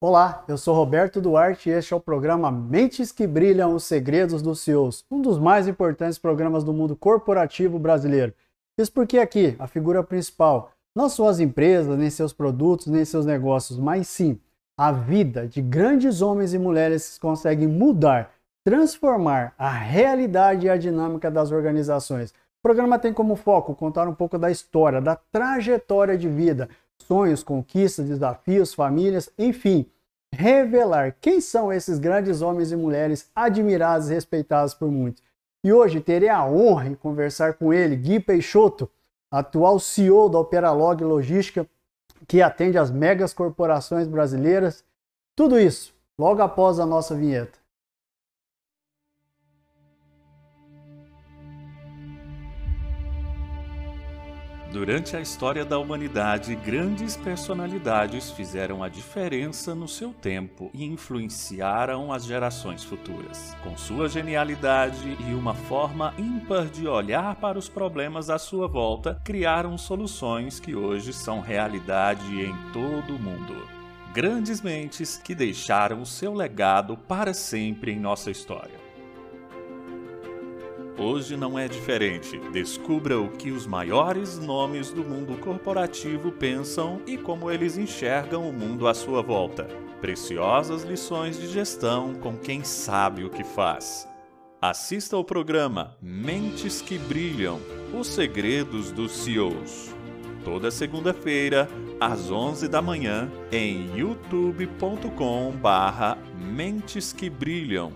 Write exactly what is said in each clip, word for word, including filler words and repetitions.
Olá, eu sou Roberto Duarte e este é o programa Mentes que Brilham, os Segredos dos C E Os, um dos mais importantes programas do mundo corporativo brasileiro. Isso porque aqui, a figura principal, não são as empresas, nem seus produtos, nem seus negócios, mas sim a vida de grandes homens e mulheres que conseguem mudar, transformar a realidade e a dinâmica das organizações. O programa tem como foco contar um pouco da história, da trajetória de vida, sonhos, conquistas, desafios, famílias, enfim, revelar quem são esses grandes homens e mulheres admirados e respeitados por muitos. E hoje terei a honra de conversar com ele, Gui Peixoto, atual C E O da Operalog Logística, que atende as megas corporações brasileiras. Tudo isso logo após a nossa vinheta. Durante a história da humanidade, grandes personalidades fizeram a diferença no seu tempo e influenciaram as gerações futuras. Com sua genialidade e uma forma ímpar de olhar para os problemas à sua volta, criaram soluções que hoje são realidade em todo o mundo. Grandes mentes que deixaram o seu legado para sempre em nossa história. Hoje não é diferente. Descubra o que os maiores nomes do mundo corporativo pensam e como eles enxergam o mundo à sua volta. Preciosas lições de gestão com quem sabe o que faz. Assista ao programa Mentes que Brilham, os Segredos dos C E Os. Toda segunda-feira, às onze da manhã, em youtube ponto com barra Mentes que Brilham.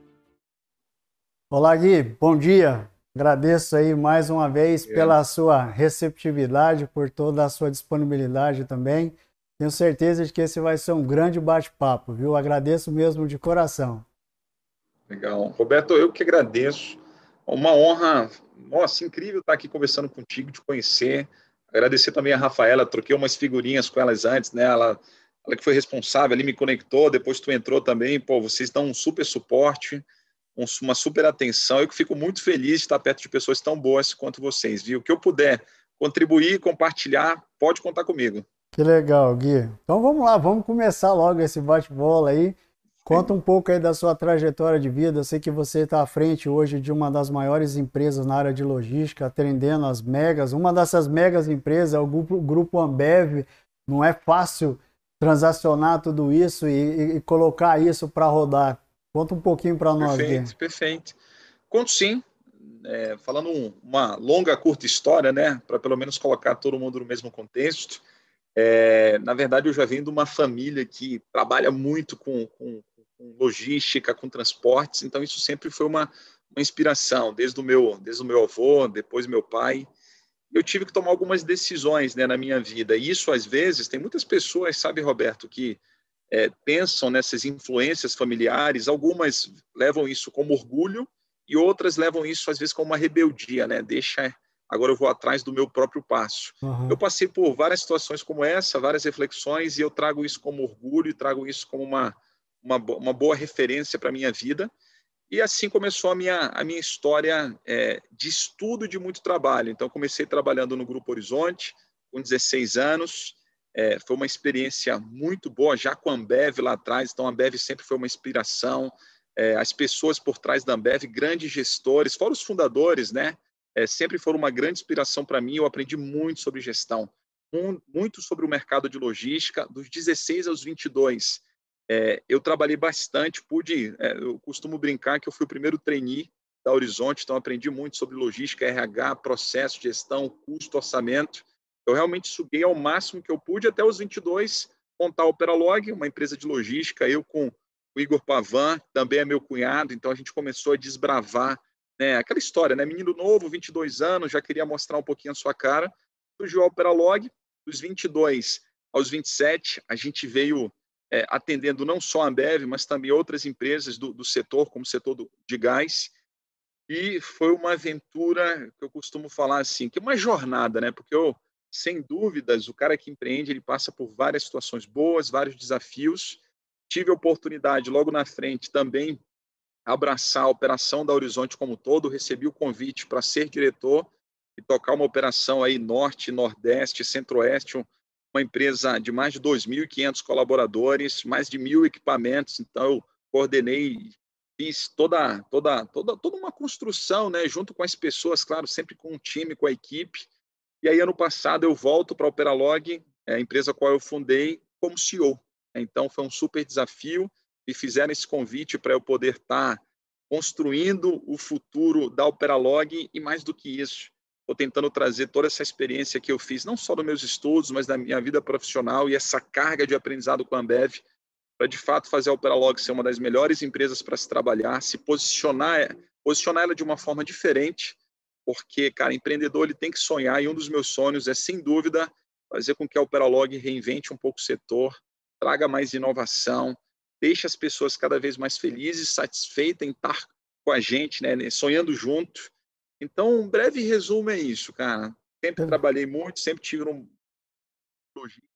Olá, Gui, bom dia. Agradeço aí mais uma vez pela sua receptividade, por toda a sua disponibilidade também. Tenho certeza de que esse vai ser um grande bate-papo, viu? Agradeço mesmo de coração. Legal. Roberto, eu que agradeço. Uma honra, nossa, incrível estar aqui conversando contigo, te conhecer. Agradecer também a Rafaela, troquei umas figurinhas com elas antes, né? Ela, ela que foi responsável, ali me conectou, depois tu entrou também. Pô, vocês dão um super suporte, uma super atenção. Eu que fico muito feliz de estar perto de pessoas tão boas quanto vocês, viu? O que eu puder contribuir, compartilhar, pode contar comigo. Que legal, Gui. Então vamos lá, vamos começar logo esse bate-bola aí. Conta um pouco aí da sua trajetória de vida. Eu sei que você está à frente hoje de uma das maiores empresas na área de logística, atendendo as megas. Uma dessas megas empresas é o grupo, grupo Ambev. Não é fácil transacionar tudo isso e, e colocar isso para rodar. Conta um pouquinho para nós, Gui. Perfeito, perfeito. Conto sim, é, falando um, uma longa, curta história, né, para pelo menos colocar todo mundo no mesmo contexto. É, na verdade, eu já venho de uma família que trabalha muito com, com, com logística, com transportes, então isso sempre foi uma, uma inspiração, desde o, meu, desde o meu avô, depois meu pai. Eu tive que tomar algumas decisões, né, na minha vida, e isso, às vezes, tem muitas pessoas, sabe, Roberto, que É, pensam nessas influências familiares, algumas levam isso como orgulho e outras levam isso, às vezes, como uma rebeldia, né? Deixa, agora eu vou atrás do meu próprio passo. Uhum. Eu passei por várias situações como essa, várias reflexões, e eu trago isso como orgulho e trago isso como uma, uma, uma boa referência para a minha vida. E assim começou a minha, a minha história é, de estudo e de muito trabalho. Então, comecei trabalhando no Grupo Horizonte, com dezesseis anos. É, foi uma experiência muito boa, já com a Ambev lá atrás, então a Ambev sempre foi uma inspiração, é, as pessoas por trás da Ambev, grandes gestores, fora os fundadores, né, é, sempre foram uma grande inspiração para mim. Eu aprendi muito sobre gestão, um, muito sobre o mercado de logística, dos dezesseis aos vinte e dois. É, eu trabalhei bastante, pude, é, eu costumo brincar que eu fui o primeiro trainee da Horizonte, então aprendi muito sobre logística, R H, processo, gestão, custo, orçamento. Eu realmente suguei ao máximo que eu pude até os vinte e dois, montar a Operalog, uma empresa de logística, eu com o Igor Pavan, que também é meu cunhado, então a gente começou a desbravar, né, aquela história, né, menino novo, vinte e dois anos, já queria mostrar um pouquinho a sua cara, surgiu a Operalog, dos vinte e dois aos vinte e sete, a gente veio é, atendendo não só a Ambev, mas também outras empresas do, do setor, como o setor do, de gás, e foi uma aventura, que eu costumo falar assim, que é uma jornada, né, porque eu sem dúvidas, o cara que empreende, ele passa por várias situações boas, vários desafios. Tive a oportunidade, logo na frente, também abraçar a operação da Horizonte como um todo. Recebi o convite para ser diretor e tocar uma operação aí norte, nordeste, centro-oeste, uma empresa de mais de dois mil e quinhentos colaboradores, mais de mil equipamentos, então eu coordenei, fiz toda, toda, toda, toda uma construção, né, junto com as pessoas, claro, sempre com um time, com a equipe. E aí, ano passado, eu volto para a Operalog, a empresa a qual eu fundei, como C E O. Então, foi um super desafio e fizeram esse convite para eu poder estar construindo o futuro da Operalog e, mais do que isso, estou tentando trazer toda essa experiência que eu fiz, não só dos meus estudos, mas da minha vida profissional e essa carga de aprendizado com a Ambev, para, de fato, fazer a Operalog ser uma das melhores empresas para se trabalhar, se posicionar, posicionar ela de uma forma diferente, porque, cara, empreendedor ele tem que sonhar, e um dos meus sonhos é, sem dúvida, fazer com que a Operalog reinvente um pouco o setor, traga mais inovação, deixe as pessoas cada vez mais felizes, satisfeitas em estar com a gente, né, sonhando junto. Então, um breve resumo é isso, cara. Sempre trabalhei muito, sempre tive um logística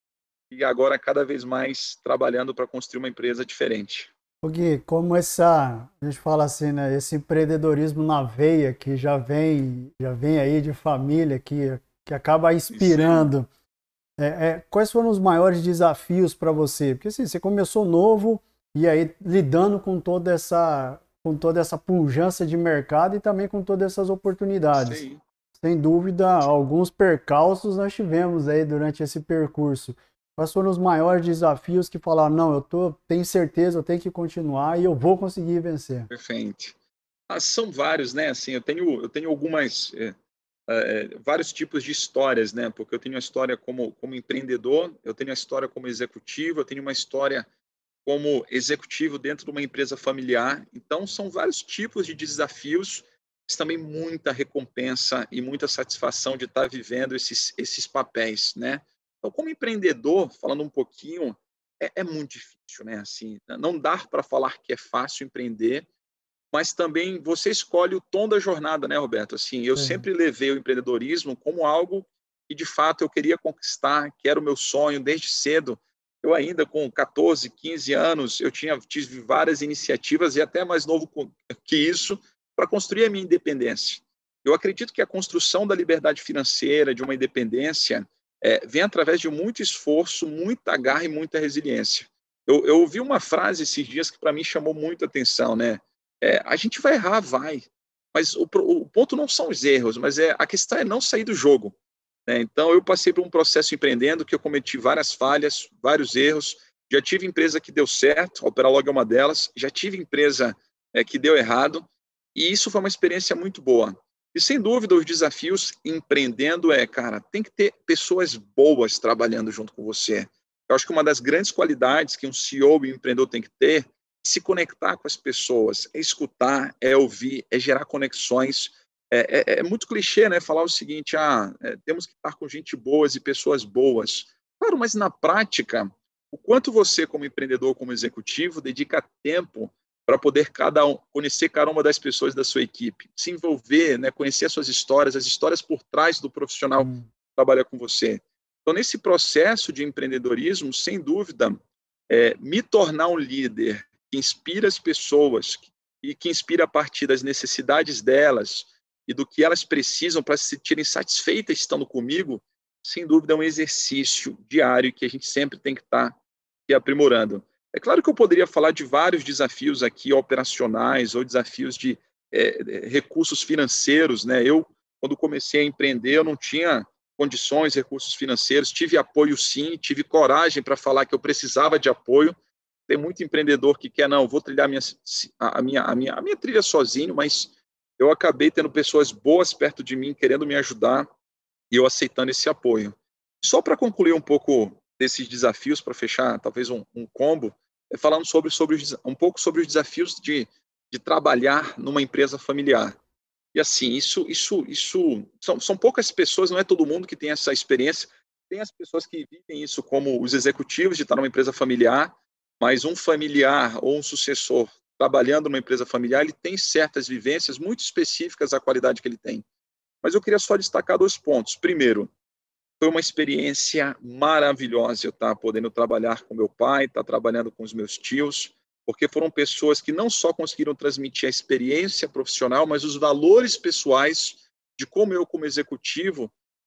e agora cada vez mais trabalhando para construir uma empresa diferente. O Gui, como essa, a gente fala assim, né, esse empreendedorismo na veia que já vem, já vem aí de família, que, que acaba inspirando, é, é, quais foram os maiores desafios para você? Porque assim, você começou novo e aí lidando com toda essa, com toda essa pujança de mercado e também com todas essas oportunidades. Sim. Sem dúvida, alguns percalços nós tivemos aí durante esse percurso. Quais foram os maiores desafios que falaram, não, eu tô, tenho certeza, eu tenho que continuar e eu vou conseguir vencer? Perfeito. Ah, são vários, né? Assim, eu tenho, eu tenho algumas, é, é, vários tipos de histórias, né? Porque eu tenho uma história como, como empreendedor, eu tenho uma história como executivo, eu tenho uma história como executivo dentro de uma empresa familiar. Então, são vários tipos de desafios, mas também muita recompensa e muita satisfação de estar vivendo esses, esses papéis, né? Então, como empreendedor, falando um pouquinho, é, é muito difícil, né? Assim, não dá para falar que é fácil empreender, mas também você escolhe o tom da jornada, né, Roberto? Assim, eu É. sempre levei o empreendedorismo como algo que, de fato, eu queria conquistar, que era o meu sonho desde cedo. Eu ainda, com catorze, quinze anos, eu tinha, tive várias iniciativas, e até mais novo que isso, para construir a minha independência. Eu acredito que a construção da liberdade financeira, de uma independência, é, vem através de muito esforço, muita garra e muita resiliência. Eu, eu ouvi uma frase esses dias que, para mim, chamou muito a atenção, né? É, a gente vai errar, vai, mas o, o ponto não são os erros, mas é, a questão é não sair do jogo. Né? Então, eu passei por um processo empreendendo que eu cometi várias falhas, vários erros. Já tive empresa que deu certo, a Operalog é uma delas. Já tive empresa é, que deu errado. E isso foi uma experiência muito boa. E, sem dúvida, os desafios empreendendo é, cara, tem que ter pessoas boas trabalhando junto com você. Eu acho que uma das grandes qualidades que um C E O e um empreendedor tem que ter é se conectar com as pessoas, é escutar, é ouvir, é gerar conexões. É, é, é muito clichê, né, falar o seguinte, ah, é, temos que estar com gente boas e pessoas boas. Claro, mas na prática, o quanto você, como empreendedor, como executivo, dedica tempo para poder cada um, conhecer cada uma das pessoas da sua equipe, se envolver, né, conhecer as suas histórias, as histórias por trás do profissional Hum. que trabalha com você. Então, nesse processo de empreendedorismo, sem dúvida, é, me tornar um líder que inspira as pessoas e que inspira a partir das necessidades delas e do que elas precisam para se sentirem satisfeitas estando comigo, sem dúvida é um exercício diário que a gente sempre tem que estar se aprimorando. É claro que eu poderia falar de vários desafios aqui operacionais ou desafios de é, recursos financeiros, né? Eu, quando comecei a empreender, eu não tinha condições, recursos financeiros, tive apoio sim, tive coragem para falar que eu precisava de apoio. Tem muito empreendedor que quer, não, vou trilhar a minha, a, minha, a, minha, a minha trilha sozinho, mas eu acabei tendo pessoas boas perto de mim, querendo me ajudar, e eu aceitando esse apoio. Só para concluir um pouco desses desafios, para fechar talvez um, um combo, é falando sobre, sobre os, um pouco sobre os desafios de, de trabalhar numa empresa familiar. E assim, isso, isso, isso são, são poucas pessoas, não é todo mundo que tem essa experiência. Tem as pessoas que vivem isso como os executivos de estar numa empresa familiar, mas um familiar ou um sucessor trabalhando numa empresa familiar, ele tem certas vivências muito específicas à qualidade que ele tem. Mas eu queria só destacar dois pontos. Primeiro, foi uma experiência maravilhosa eu estar podendo trabalhar com meu pai, estar trabalhando com os meus tios, porque foram pessoas que não só conseguiram transmitir a experiência profissional, mas os valores pessoais de como eu, como executivo,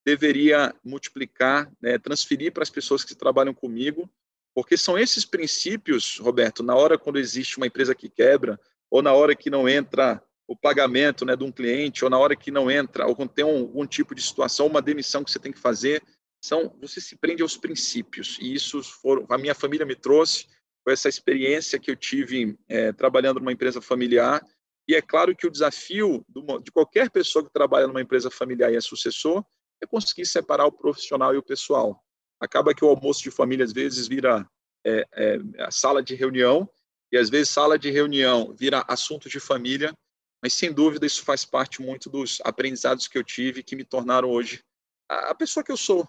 deveria multiplicar, né, transferir para as pessoas que trabalham comigo, porque são esses princípios, Roberto, na hora quando existe uma empresa que quebra, ou na hora que não entra o pagamento, né, de um cliente, ou na hora que não entra, ou quando tem um, algum tipo de situação, uma demissão que você tem que fazer, são, você se prende aos princípios, e isso foram, a minha família me trouxe, foi essa experiência que eu tive é, trabalhando numa empresa familiar, e é claro que o desafio do, de qualquer pessoa que trabalha numa empresa familiar e é sucessor, é conseguir separar o profissional e o pessoal. Acaba que o almoço de família, às vezes, vira é, é, a sala de reunião, e às vezes sala de reunião vira assunto de família, mas sem dúvida isso faz parte muito dos aprendizados que eu tive que me tornaram hoje a pessoa que eu sou,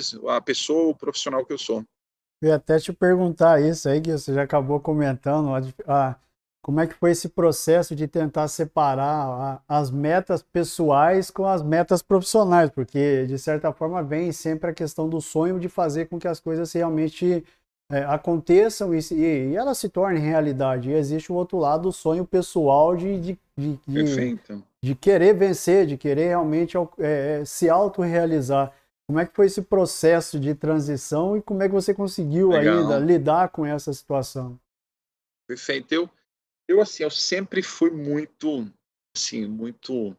a pessoa, o profissional que eu sou. Eu ia até te perguntar isso aí, que você já acabou comentando, a, a, como é que foi esse processo de tentar separar a, as metas pessoais com as metas profissionais, porque de certa forma vem sempre a questão do sonho de fazer com que as coisas realmente é, aconteçam e, e, e elas se tornem realidade. E existe o outro lado, o sonho pessoal de, de, de, de, de querer vencer, de querer realmente é, se autorrealizar. Como é que foi esse processo de transição e como é que você conseguiu ainda lidar com essa situação? Perfeito. Eu, eu assim, eu sempre fui muito, assim, muito,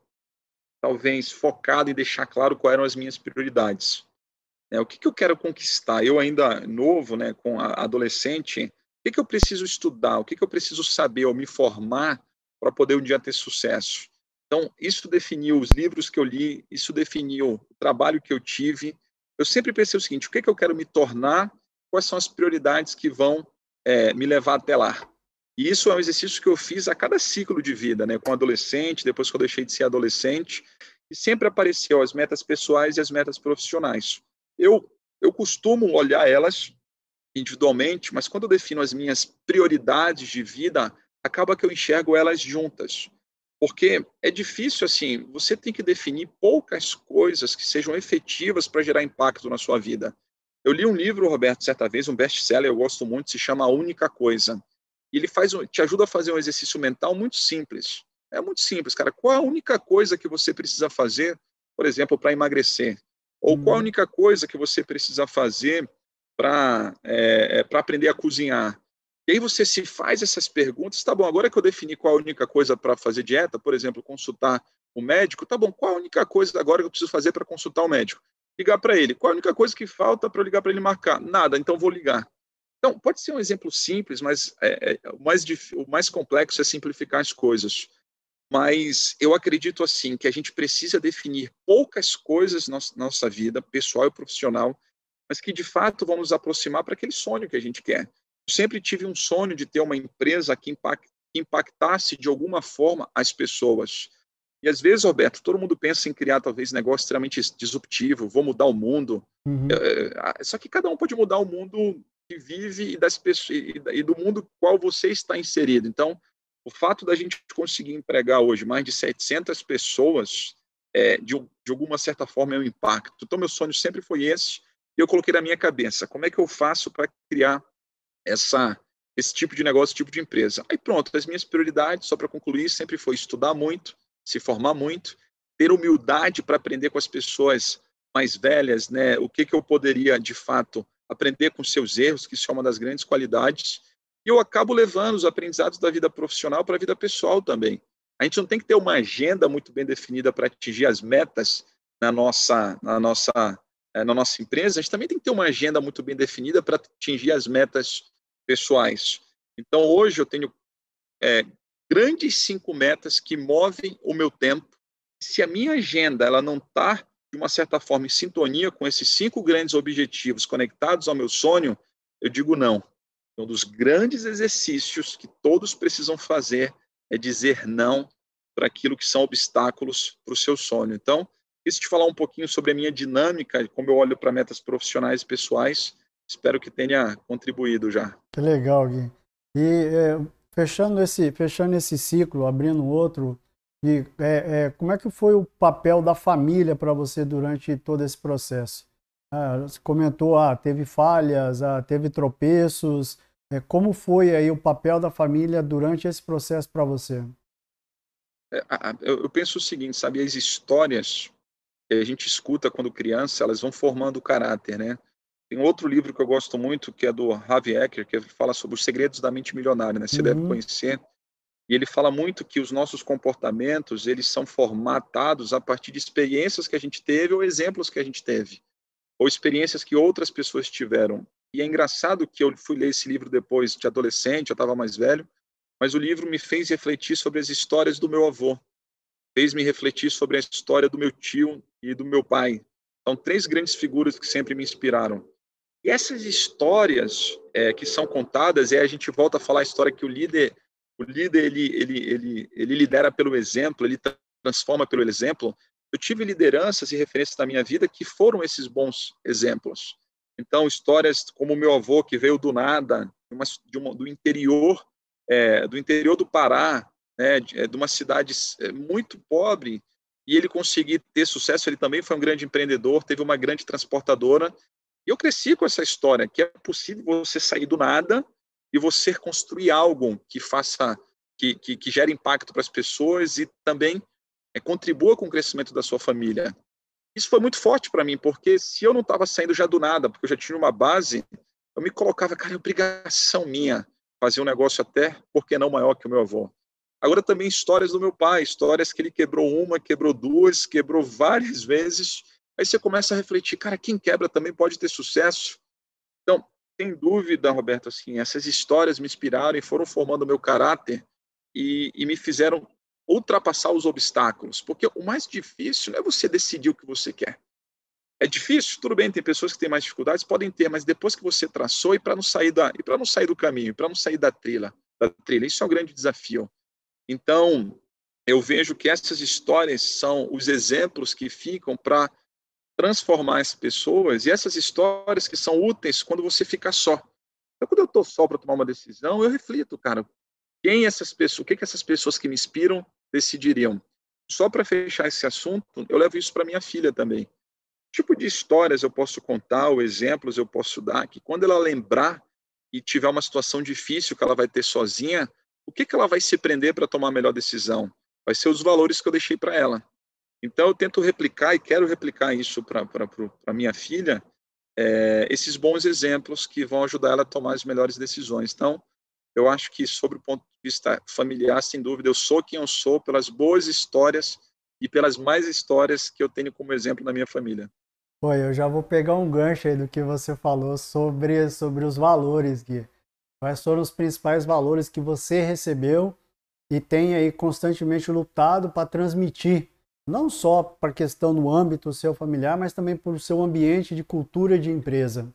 talvez, focado em deixar claro quais eram as minhas prioridades. É, o que, que eu quero conquistar? Eu ainda novo, né, com a adolescente, o que, que eu preciso estudar? O que, que eu preciso saber ou me formar para poder um dia ter sucesso? Então, isso definiu os livros que eu li, isso definiu o trabalho que eu tive. Eu sempre pensei o seguinte, o que, que eu quero me tornar? Quais são as prioridades que vão é, me levar até lá? E isso é um exercício que eu fiz a cada ciclo de vida, né? Com adolescente, depois que eu deixei de ser adolescente, e sempre apareceu as metas pessoais e as metas profissionais. Eu, eu costumo olhar elas individualmente, mas quando eu defino as minhas prioridades de vida, acaba que eu enxergo elas juntas. Porque é difícil, assim, você tem que definir poucas coisas que sejam efetivas para gerar impacto na sua vida. Eu li um livro, Roberto, certa vez, um best-seller, eu gosto muito, se chama A Única Coisa. E ele faz, te ajuda a fazer um exercício mental muito simples. É muito simples, cara. Qual a única coisa que você precisa fazer, por exemplo, para emagrecer? Ou qual a única coisa que você precisa fazer para é, para aprender a cozinhar? E aí você se faz essas perguntas, tá bom, agora que eu defini qual a única coisa para fazer dieta, por exemplo, consultar o médico, tá bom, qual a única coisa agora que eu preciso fazer para consultar o médico? Ligar para ele. Qual a única coisa que falta para eu ligar para ele marcar? Nada, então vou ligar. Então, pode ser um exemplo simples, mas é, é, o, mais dif... o mais complexo é simplificar as coisas. Mas eu acredito, assim, que a gente precisa definir poucas coisas na nossa vida, pessoal e profissional, mas que, de fato, vão nos aproximar para aquele sonho que a gente quer. Eu sempre tive um sonho de ter uma empresa que impactasse, de alguma forma, as pessoas. E, às vezes, Roberto, todo mundo pensa em criar, talvez, negócio extremamente disruptivo, vou mudar o mundo. Uhum. É, só que cada um pode mudar o mundo que vive e, das pessoas, e do mundo qual você está inserido. Então, o fato da gente conseguir empregar hoje mais de setecentas pessoas, é, de, de alguma certa forma, é um impacto. Então, meu sonho sempre foi esse, e eu coloquei na minha cabeça, como é que eu faço para criar essa, esse tipo de negócio, esse tipo de empresa? Aí pronto, as minhas prioridades, só para concluir, sempre foi estudar muito, se formar muito, ter humildade para aprender com as pessoas mais velhas, né? O que, que eu poderia, de fato, aprender com seus erros, que isso é uma das grandes qualidades, e eu acabo levando os aprendizados da vida profissional para a vida pessoal também. A gente não tem que ter uma agenda muito bem definida para atingir as metas na nossa, na nossa, na nossa empresa, a gente também tem que ter uma agenda muito bem definida para atingir as metas pessoais. Então, hoje eu tenho é, grandes cinco metas que movem o meu tempo. Se a minha agenda ela não está, de uma certa forma, em sintonia com esses cinco grandes objetivos conectados ao meu sonho, eu digo não. Um dos grandes exercícios que todos precisam fazer é dizer não para aquilo que são obstáculos para o seu sonho. Então, quis te falar um pouquinho sobre a minha dinâmica, como eu olho para metas profissionais e pessoais. Espero que tenha contribuído já. Que legal, Gui. E é, fechando, esse, fechando esse ciclo, abrindo outro, e, é, é, como é que foi o papel da família para você durante todo esse processo? Ah, você comentou, ah, teve falhas, ah, teve tropeços. É, como foi aí o papel da família durante esse processo para você? É, eu penso o seguinte, sabe, as histórias, que a gente escuta quando criança, elas vão formando o caráter, né? Tem um outro livro que eu gosto muito, que é do Harvey Eker, que fala sobre os segredos da mente milionária, né? Você deve Uhum. conhecer. E ele fala muito que os nossos comportamentos, eles são formatados a partir de experiências que a gente teve ou exemplos que a gente teve, ou experiências que outras pessoas tiveram. E é engraçado que eu fui ler esse livro depois de adolescente, eu estava mais velho, mas o livro me fez refletir sobre as histórias do meu avô, fez me refletir sobre a história do meu tio e do meu pai. São três grandes figuras que sempre me inspiraram. E essas histórias é, que são contadas, e aí a gente volta a falar a história que o líder, o líder ele, ele, ele, ele lidera pelo exemplo, ele transforma pelo exemplo. Eu tive lideranças e referências na minha vida que foram esses bons exemplos. Então, histórias como o meu avô, que veio do nada, de uma, de uma, do interior, é, do interior do Pará, né, de, de uma cidade muito pobre, e ele conseguir ter sucesso. Ele também foi um grande empreendedor, teve uma grande transportadora. E eu cresci com essa história, que é possível você sair do nada e você construir algo que faça, que, que, que gere impacto para as pessoas e também é, contribua com o crescimento da sua família. Isso foi muito forte para mim, porque se eu não estava saindo já do nada, porque eu já tinha uma base, eu me colocava, cara, é obrigação minha fazer um negócio até, por que não maior que o meu avô. Agora também histórias do meu pai, histórias que ele quebrou uma, quebrou duas, quebrou várias vezes. Aí você começa a refletir, cara, quem quebra também pode ter sucesso. Então, sem dúvida, Roberto, assim, essas histórias me inspiraram e foram formando o meu caráter e, e me fizeram ultrapassar os obstáculos. Porque o mais difícil não é você decidir o que você quer. É difícil, tudo bem, tem pessoas que têm mais dificuldades, podem ter, mas depois que você traçou, e para não sair da, e para não sair do caminho, para não sair da trilha, da trilha, isso é um grande desafio. Então, eu vejo que essas histórias são os exemplos que ficam para transformar as pessoas, e essas histórias que são úteis quando você fica só. Então, quando eu estou só para tomar uma decisão, eu reflito, cara, quem essas pessoas, o que, que essas pessoas que me inspiram decidiriam? Só para fechar esse assunto, eu levo isso para minha filha também. Que tipo de histórias eu posso contar, ou exemplos eu posso dar, que quando ela lembrar e tiver uma situação difícil que ela vai ter sozinha, o que, que ela vai se prender para tomar a melhor decisão? Vai ser os valores que eu deixei para ela. Então, eu tento replicar e quero replicar isso para a minha filha, é, esses bons exemplos que vão ajudar ela a tomar as melhores decisões. Então, eu acho que, sobre o ponto de vista familiar, sem dúvida, eu sou quem eu sou pelas boas histórias e pelas mais histórias que eu tenho como exemplo na minha família. Pô, eu já vou pegar um gancho aí do que você falou sobre, sobre os valores, Gui. Quais foram os principais valores que você recebeu e tem aí constantemente lutado para transmitir, não só para a questão do âmbito seu familiar, mas também para o seu ambiente de cultura de empresa?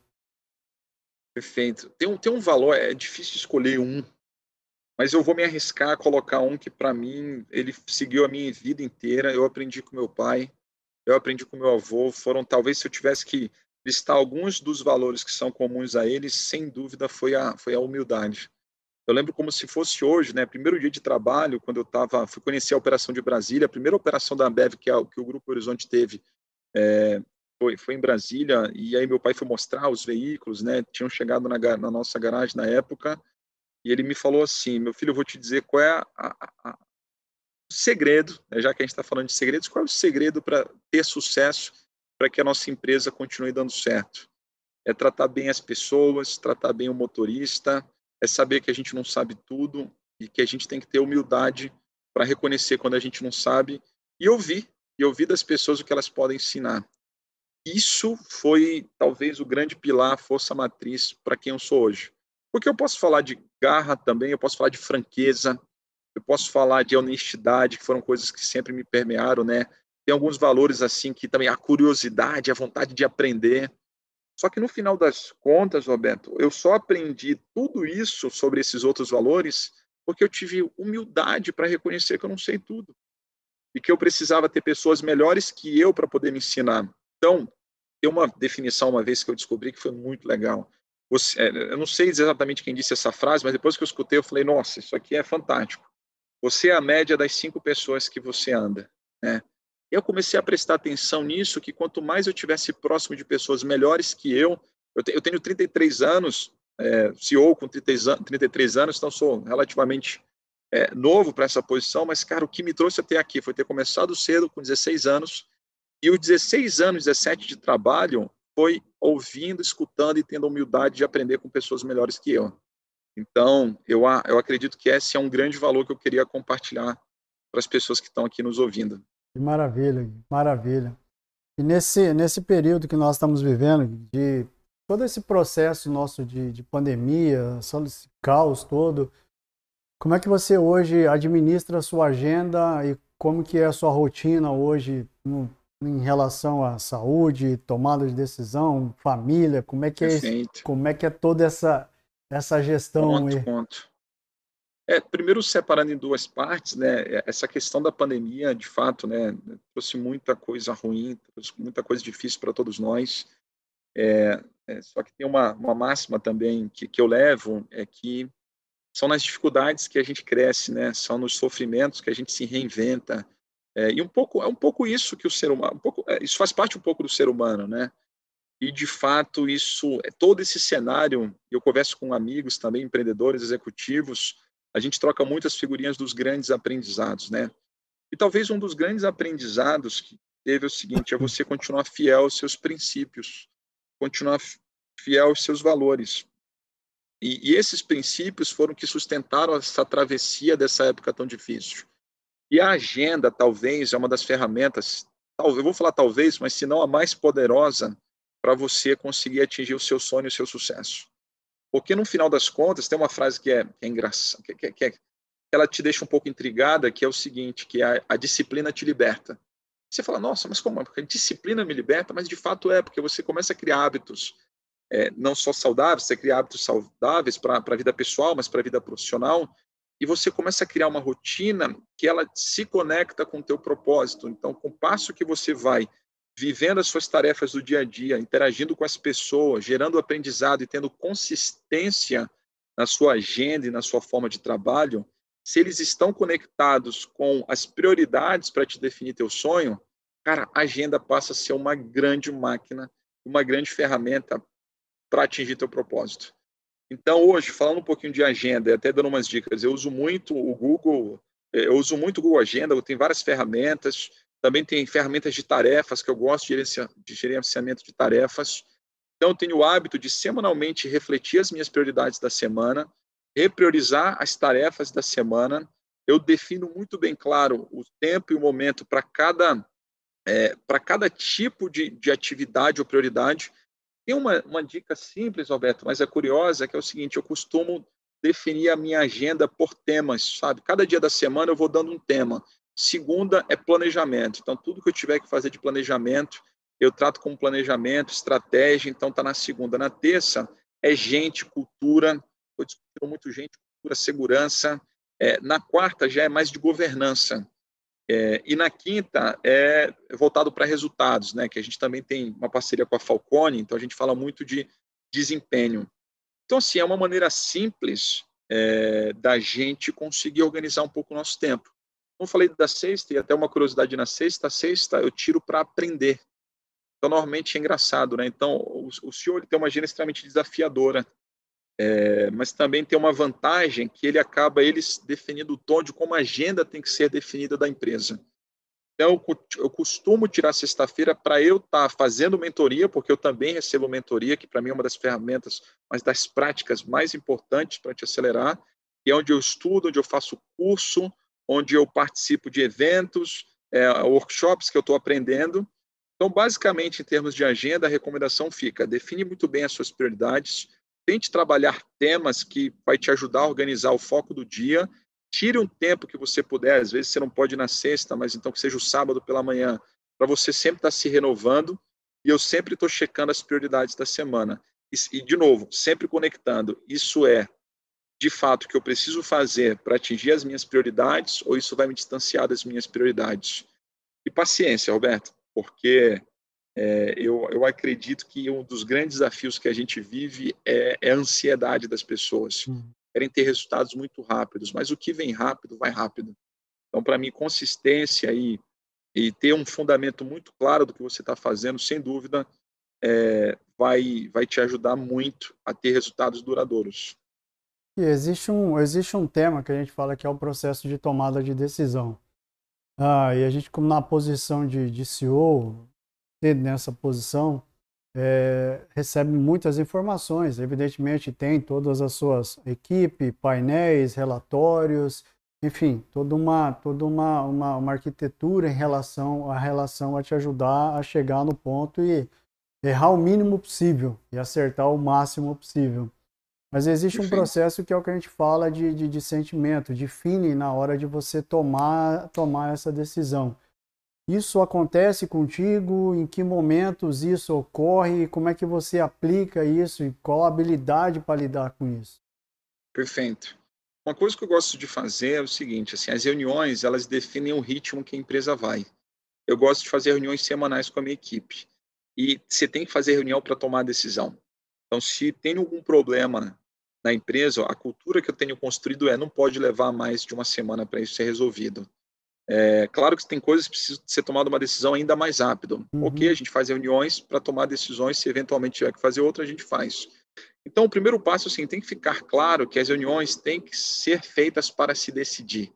Perfeito. Tem um, tem um valor, é difícil escolher um, mas eu vou me arriscar a colocar um que, para mim, ele seguiu a minha vida inteira. Eu aprendi com meu pai, eu aprendi com meu avô. Foram, talvez, se eu tivesse que listar alguns dos valores que são comuns a eles, sem dúvida, foi a, foi a humildade. Eu lembro como se fosse hoje, né? Primeiro dia de trabalho, quando eu tava, fui conhecer a operação de Brasília, a primeira operação da Ambev que, a, que o Grupo Horizonte teve, é, foi, foi em Brasília, e aí meu pai foi mostrar os veículos, né? Tinham chegado na, na nossa garagem na época, e ele me falou assim: meu filho, eu vou te dizer qual é a, a, a, o segredo, né? Já que a gente está falando de segredos, qual é o segredo para ter sucesso, para que a nossa empresa continue dando certo? É tratar bem as pessoas, tratar bem o motorista, é saber que a gente não sabe tudo e que a gente tem que ter humildade para reconhecer quando a gente não sabe e ouvir, e ouvir das pessoas o que elas podem ensinar. Isso foi talvez o grande pilar, a força matriz para quem eu sou hoje. Porque eu posso falar de garra também, eu posso falar de franqueza, eu posso falar de honestidade, que foram coisas que sempre me permearam, né? Tem alguns valores assim que também a curiosidade, a vontade de aprender. Só que no final das contas, Roberto, eu só aprendi tudo isso sobre esses outros valores porque eu tive humildade para reconhecer que eu não sei tudo e que eu precisava ter pessoas melhores que eu para poder me ensinar. Então, tem uma definição uma vez que eu descobri que foi muito legal. Você, eu não sei exatamente quem disse essa frase, mas depois que eu escutei, eu falei: nossa, isso aqui é fantástico. Você é a média das cinco pessoas que você anda, né? Eu comecei a prestar atenção nisso, que quanto mais eu tivesse próximo de pessoas melhores que eu, eu, te, eu tenho trinta e três anos, é, C E O com trinta e três anos, então sou relativamente é, novo para essa posição, mas, cara, o que me trouxe até aqui foi ter começado cedo, com dezesseis anos, E os dezesseis anos, dezessete de trabalho foi ouvindo, escutando e tendo a humildade de aprender com pessoas melhores que eu. Então, eu, eu acredito que esse é um grande valor que eu queria compartilhar para as pessoas que estão aqui nos ouvindo. Que maravilha, maravilha. E nesse, nesse período que nós estamos vivendo, de todo esse processo nosso de, de pandemia, esse caos todo, como é que você hoje administra a sua agenda e como que é a sua rotina hoje no, em relação à saúde, tomada de decisão, família, como é que é, esse, como é, que é toda essa, essa gestão Conto, aí? conto. É, primeiro separando em duas partes, né, essa questão da pandemia, de fato, né, trouxe muita coisa ruim, trouxe muita coisa difícil para todos nós, é, é, só que tem uma, uma máxima também que, que eu levo, é que são nas dificuldades que a gente cresce, né, são nos sofrimentos que a gente se reinventa, é, e um pouco, é um pouco isso que o ser humano, um pouco, é, isso faz parte um pouco do ser humano, né, e de fato isso, todo esse cenário, eu converso com amigos também, empreendedores, executivos, a gente troca muitas figurinhas dos grandes aprendizados, né? E talvez um dos grandes aprendizados que teve é o seguinte, é você continuar fiel aos seus princípios, continuar fiel aos seus valores. E, e esses princípios foram que sustentaram essa travessia dessa época tão difícil. E a agenda, talvez, é uma das ferramentas, eu vou falar talvez, mas se não a mais poderosa para você conseguir atingir o seu sonho e o seu sucesso. Porque, no final das contas, tem uma frase que é, que é engraçada, que, que, que, é, que ela te deixa um pouco intrigada, que é o seguinte, que a, a disciplina te liberta. Você fala, nossa, mas como? Porque a disciplina me liberta, mas de fato é, porque você começa a criar hábitos, é, não só saudáveis, você cria hábitos saudáveis para a vida pessoal, mas para a vida profissional, e você começa a criar uma rotina que ela se conecta com o teu propósito. Então, com o passo que você vai vivendo as suas tarefas do dia a dia, interagindo com as pessoas, gerando aprendizado e tendo consistência na sua agenda e na sua forma de trabalho, se eles estão conectados com as prioridades para te definir teu sonho, cara, a agenda passa a ser uma grande máquina, uma grande ferramenta para atingir teu propósito. Então, hoje, falando um pouquinho de agenda, e até dando umas dicas, eu uso muito o Google, eu uso muito o Google Agenda, eu tenho várias ferramentas, também tem ferramentas de tarefas, que eu gosto de gerenciamento de tarefas. Então, eu tenho o hábito de semanalmente refletir as minhas prioridades da semana, repriorizar as tarefas da semana. Eu defino muito bem claro o tempo e o momento para cada, é, para cada tipo de, de atividade ou prioridade. Tem uma, uma dica simples, Roberto, mas é curiosa, que é o seguinte, eu costumo definir a minha agenda por temas, sabe? Cada dia da semana eu vou dando um tema. Segunda é planejamento. Então, tudo que eu tiver que fazer de planejamento, eu trato como planejamento, estratégia, então está na segunda. Na terça é gente, cultura, estou discutindo muito gente, cultura, segurança. É, na quarta já é mais de governança. É, e na quinta é voltado para resultados, né? Que a gente também tem uma parceria com a Falcone, então a gente fala muito de desempenho. Então, assim, é uma maneira simples é, da gente conseguir organizar um pouco o nosso tempo. Como eu falei da sexta, e até uma curiosidade na sexta, a sexta eu tiro para aprender. Então, normalmente é engraçado, né? Então, o, o senhor ele tem uma agenda extremamente desafiadora, é, mas também tem uma vantagem que ele acaba eles definindo o tom de como a agenda tem que ser definida da empresa. Então, eu costumo tirar sexta-feira para eu estar tá fazendo mentoria, porque eu também recebo mentoria, que para mim é uma das ferramentas, mas das práticas mais importantes para te acelerar, que é onde eu estudo, onde eu faço curso, onde eu participo de eventos, é, workshops que eu estou aprendendo. Então, basicamente, em termos de agenda, a recomendação fica, define muito bem as suas prioridades, tente trabalhar temas que vai te ajudar a organizar o foco do dia, tire um tempo que você puder, às vezes você não pode ir na sexta, mas então que seja o sábado pela manhã, para você sempre estar se renovando, e eu sempre estou checando as prioridades da semana. E, e, de novo, sempre conectando, isso é, de fato, o que eu preciso fazer para atingir as minhas prioridades, ou isso vai me distanciar das minhas prioridades? E paciência, Roberto, porque é, eu, eu acredito que um dos grandes desafios que a gente vive é, é a ansiedade das pessoas. Hum. Querem ter resultados muito rápidos, mas o que vem rápido, vai rápido. Então, para mim, consistência e, e ter um fundamento muito claro do que você está fazendo, sem dúvida, é, vai, vai te ajudar muito a ter resultados duradouros. E existe um, existe um tema que a gente fala que é o processo de tomada de decisão. Ah, e a gente, como na posição de, de C E O, nessa posição, é, recebe muitas informações. Evidentemente, tem todas as suas equipes, painéis, relatórios, enfim, toda uma, toda uma, uma, uma arquitetura em relação à relação a te ajudar a chegar no ponto e errar o mínimo possível e acertar o máximo possível. Mas existe um Perfeito. processo que é o que a gente fala de, de, de sentimento, de feeling na hora de você tomar, tomar essa decisão. Isso acontece contigo? Em que momentos isso ocorre? Como é que você aplica isso? E qual a habilidade para lidar com isso? Perfeito. Uma coisa que eu gosto de fazer é o seguinte, assim, as reuniões, elas definem o ritmo que a empresa vai. Eu gosto de fazer reuniões semanais com a minha equipe. E você tem que fazer reunião para tomar decisão. Então, se tem algum problema na empresa, a cultura que eu tenho construído é não pode levar mais de uma semana para isso ser resolvido. É claro que tem coisas que precisam ser tomada uma decisão ainda mais rápido. Ok, a Uhum, gente faz reuniões para tomar decisões, se eventualmente tiver que fazer outra, a gente faz. Então, o primeiro passo, assim, tem que ficar claro que as reuniões têm que ser feitas para se decidir.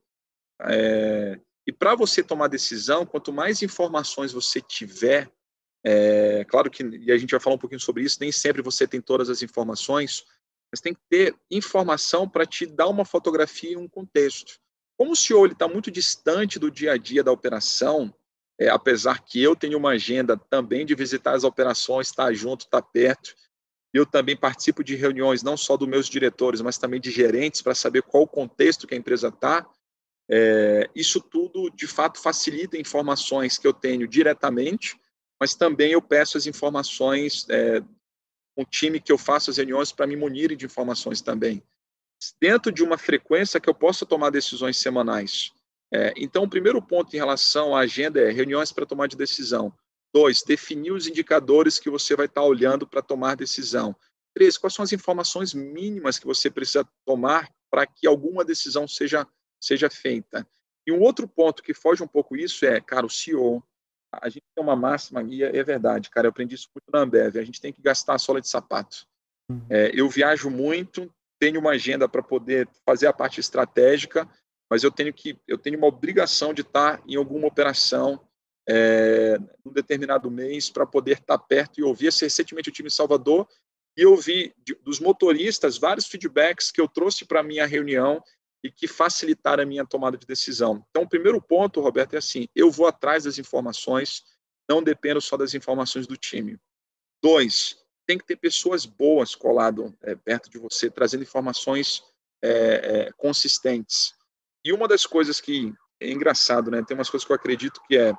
É, e para você tomar decisão, quanto mais informações você tiver, é claro que, e a gente vai falar um pouquinho sobre isso, nem sempre você tem todas as informações, mas tem que ter informação para te dar uma fotografia e um contexto. Como o C E O está muito distante do dia a dia da operação, é, apesar que eu tenho uma agenda também de visitar as operações, estar junto, estar perto, eu também participo de reuniões, não só dos meus diretores, mas também de gerentes, para saber qual o contexto que a empresa está. É, isso tudo, de fato, facilita informações que eu tenho diretamente, mas também eu peço as informações é, com o time que eu faço as reuniões para me munirem de informações também, dentro de uma frequência que eu possa tomar decisões semanais. É, então, o primeiro ponto em relação à agenda é reuniões para tomar de decisão. Dois, definir os indicadores que você vai estar olhando para tomar decisão. Três, quais são as informações mínimas que você precisa tomar para que alguma decisão seja, seja feita. E um outro ponto que foge um pouco isso é, cara, o C E O, a gente tem uma máxima, e é, é verdade, cara, eu aprendi isso muito na Ambev, a gente tem que gastar a sola de sapato. uhum. É, eu viajo muito, tenho uma agenda para poder fazer a parte estratégica, mas eu tenho que eu tenho uma obrigação de estar em alguma operação é, num determinado mês para poder estar perto e ouvir. Recentemente eu tive em Salvador e eu ouvi de, dos motoristas vários feedbacks que eu trouxe para a minha reunião e que facilitaram a minha tomada de decisão. Então, o primeiro ponto, Roberto, é assim, eu vou atrás das informações, não dependo só das informações do time. Dois, tem que ter pessoas boas colado é, perto de você, trazendo informações é, é, consistentes. E uma das coisas que é engraçado, né? Tem umas coisas que eu acredito que é,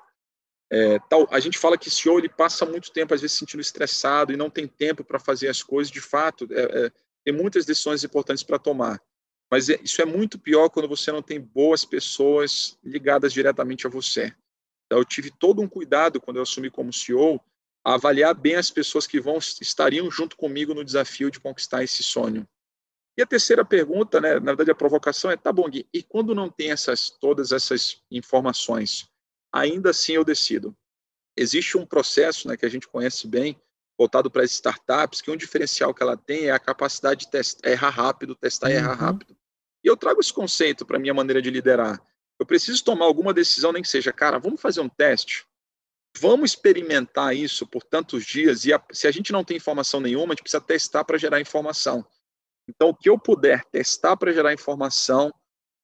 é tal. A gente fala que C E O ele passa muito tempo às vezes se sentindo estressado e não tem tempo para fazer as coisas. De fato, é, é, tem muitas decisões importantes para tomar. Mas é, isso é muito pior quando você não tem boas pessoas ligadas diretamente a você. Então, eu tive todo um cuidado quando eu assumi como C E O, a avaliar bem as pessoas que vão estariam junto comigo no desafio de conquistar esse sonho. E a terceira pergunta, né, na verdade a provocação é, tá bom, Gui, e quando não tem essas, todas essas informações, ainda assim eu decido. Existe um processo, né, que a gente conhece bem, voltado para as startups, que um diferencial que ela tem é a capacidade de testar, errar rápido, testar e errar Uhum. rápido. E eu trago esse conceito para a minha maneira de liderar. Eu preciso tomar alguma decisão, nem que seja, cara, vamos fazer um teste? Vamos experimentar isso por tantos dias e a, se a gente não tem informação nenhuma, a gente precisa testar para gerar informação. Então, o que eu puder testar para gerar informação,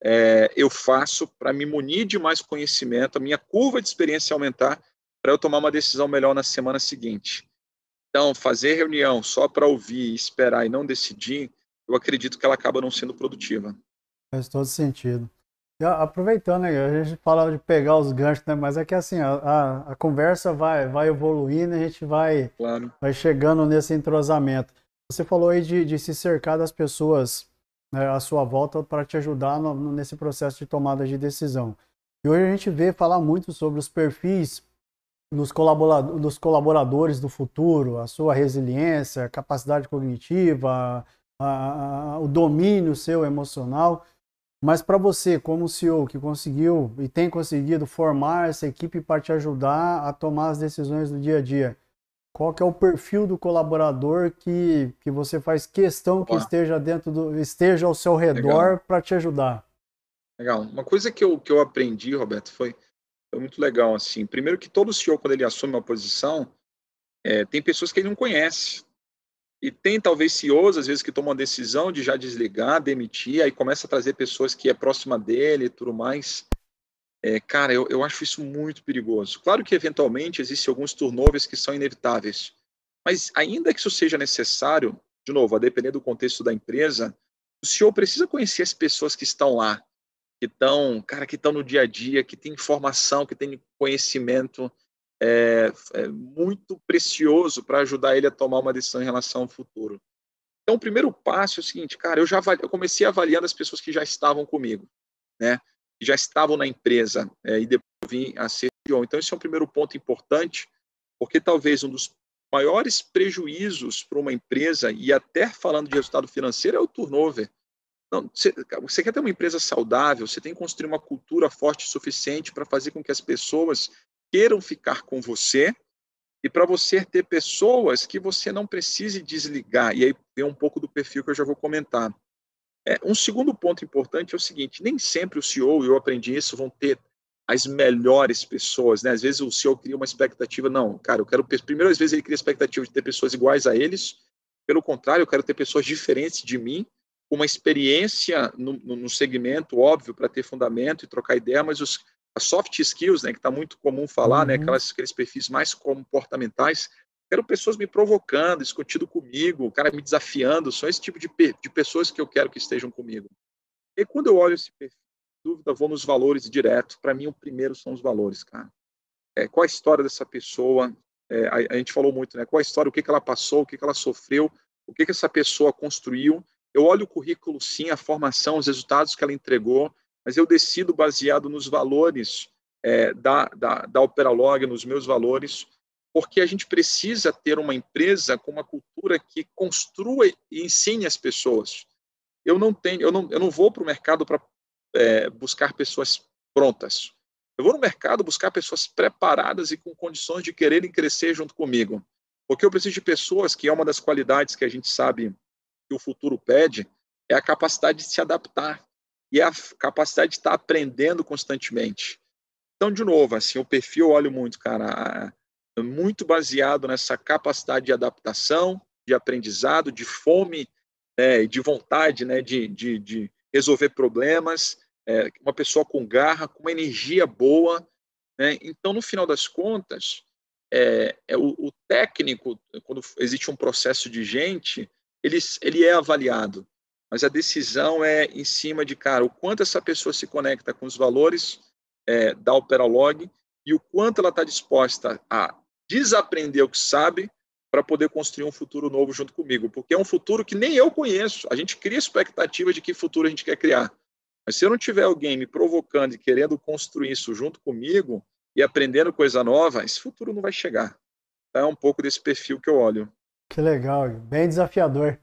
é, eu faço para me munir de mais conhecimento, a minha curva de experiência aumentar, para eu tomar uma decisão melhor na semana seguinte. Então, fazer reunião só para ouvir, esperar e não decidir, eu acredito que ela acaba não sendo produtiva. Faz todo sentido. E, a- aproveitando, né, a gente fala de pegar os ganchos, né, mas é que assim, a, a, a conversa vai, vai evoluindo, a gente vai, Claro. vai chegando nesse entrosamento. Você falou aí de, de se cercar das pessoas, né, à sua volta para te ajudar no- no- nesse processo de tomada de decisão. E hoje a gente vê falar muito sobre os perfis dos colaboradores, dos colaboradores do futuro, a sua resiliência, a capacidade cognitiva, a- a- o domínio seu emocional. Mas para você, como C E O, que conseguiu e tem conseguido formar essa equipe para te ajudar a tomar as decisões do dia a dia, qual que é o perfil do colaborador que, que você faz questão que Boa. esteja dentro do, esteja ao seu Legal. redor para te ajudar? Legal. Uma coisa que eu, que eu aprendi, Roberto, foi foi muito legal, assim. Primeiro que todo C E O, quando ele assume uma posição, é, tem pessoas que ele não conhece. E tem talvez C E Os, às vezes, que tomam a decisão de já desligar, demitir, aí começa a trazer pessoas que é próxima dele e tudo mais. É, cara, eu, eu acho isso muito perigoso. Claro que, eventualmente, existem alguns turnovers que são inevitáveis. Mas, ainda que isso seja necessário, de novo, a depender do contexto da empresa, o C E O precisa conhecer as pessoas que estão lá, que estão, cara, que estão no dia a dia, que tem informação, que tem conhecimento é, é muito precioso para ajudar ele a tomar uma decisão em relação ao futuro. Então, o primeiro passo é o seguinte, cara, eu já eu comecei avaliando as pessoas que já estavam comigo, né? Que já estavam na empresa é, e depois eu vim a ser C E O. Então, esse é um primeiro ponto importante, porque talvez um dos maiores prejuízos para uma empresa, e até falando de resultado financeiro, é o turnover. Não, você, você quer ter uma empresa saudável, você tem que construir uma cultura forte o suficiente para fazer com que as pessoas queiram ficar com você e para você ter pessoas que você não precise desligar. E aí vem um pouco do perfil que eu já vou comentar. É, um segundo ponto importante é o seguinte, nem sempre o C E O, e eu aprendi isso, vão ter as melhores pessoas, né? Às vezes o C E O cria uma expectativa, não, cara, eu quero, primeiro às vezes ele cria a expectativa de ter pessoas iguais a eles, pelo contrário, eu quero ter pessoas diferentes de mim, com uma experiência no, no segmento, óbvio, para ter fundamento e trocar ideia, mas os, as soft skills, né, que está muito comum falar, uhum. né, aquelas, aqueles perfis mais comportamentais, quero pessoas me provocando, discutindo comigo, o cara me desafiando, são esse tipo de, de pessoas que eu quero que estejam comigo. E quando eu olho esse perfil, dúvida, vou nos valores direto. Para mim, o primeiro são os valores, cara. É, qual a história dessa pessoa? É, a, a gente falou muito, né? Qual a história, o que, que ela passou, o que, que ela sofreu, o que, que essa pessoa construiu. Eu olho o currículo, sim, a formação, os resultados que ela entregou, mas eu decido baseado nos valores é, da, da, da Operalog, nos meus valores, porque a gente precisa ter uma empresa com uma cultura que construa e ensine as pessoas. Eu não tenho, eu não, eu não vou para o mercado para é, buscar pessoas prontas. Eu vou no mercado buscar pessoas preparadas e com condições de quererem crescer junto comigo. Porque eu preciso de pessoas, que é uma das qualidades que a gente sabe que o futuro pede, é a capacidade de se adaptar e a capacidade de estar aprendendo constantemente. Então, de novo, assim, o perfil eu olho muito, cara, muito baseado nessa capacidade de adaptação, de aprendizado, de fome, né, de vontade, né, de, de, de resolver problemas, é, uma pessoa com garra, com uma energia boa, né? Então, no final das contas, é, é o, o técnico, quando existe um processo de gente, ele, ele é avaliado, mas a decisão é em cima de, cara, o quanto essa pessoa se conecta com os valores é, da Operalog e o quanto ela está disposta a desaprender o que sabe para poder construir um futuro novo junto comigo, porque é um futuro que nem eu conheço. A gente cria expectativa de que futuro a gente quer criar, mas se eu não tiver alguém me provocando e querendo construir isso junto comigo e aprendendo coisa nova, esse futuro não vai chegar. É um pouco desse perfil que eu olho. Que legal, bem desafiador.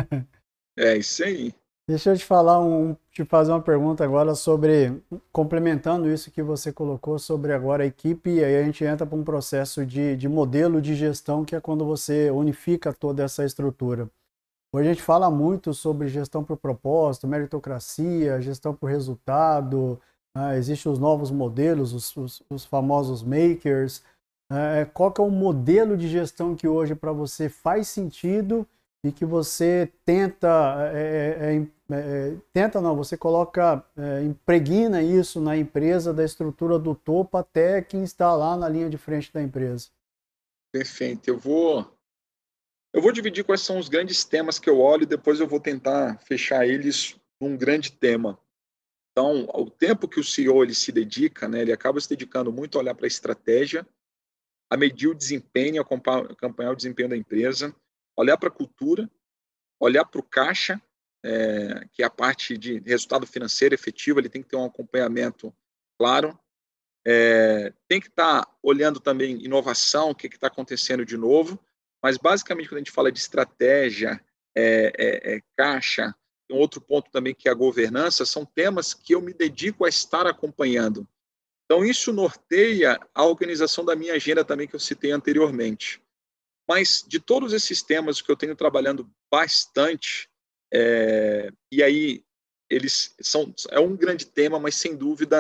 É isso aí. Deixa eu te falar um, te fazer uma pergunta agora sobre, complementando isso que você colocou sobre agora a equipe, e aí a gente entra para um processo de, de modelo de gestão, que é quando você unifica toda essa estrutura. Hoje a gente fala muito sobre gestão por propósito, meritocracia, gestão por resultado, né? Existem os novos modelos, os, os, os famosos makers. É, qual que é o modelo de gestão que hoje para você faz sentido e que você tenta, é, é, é, tenta não, você coloca, é, impregna isso na empresa, da estrutura do topo até quem está lá na linha de frente da empresa? Perfeito. Eu vou, eu vou dividir quais são os grandes temas que eu olho e depois eu vou tentar fechar eles num grande tema. Então, o tempo que o C E O ele se dedica, né, ele acaba se dedicando muito a olhar para a estratégia, a medir o desempenho, a acompanhar o desempenho da empresa, olhar para a cultura, olhar para o caixa, é, que é a parte de resultado financeiro efetivo, ele tem que ter um acompanhamento claro, é, tem que estar tá olhando também inovação, o que está acontecendo de novo, mas basicamente quando a gente fala de estratégia, é, é, é, caixa, um outro ponto também que é a governança, são temas que eu me dedico a estar acompanhando. Então isso norteia a organização da minha agenda também, que eu citei anteriormente. Mas de todos esses temas que eu tenho trabalhando bastante, é, e aí eles são, é um grande tema, mas sem dúvida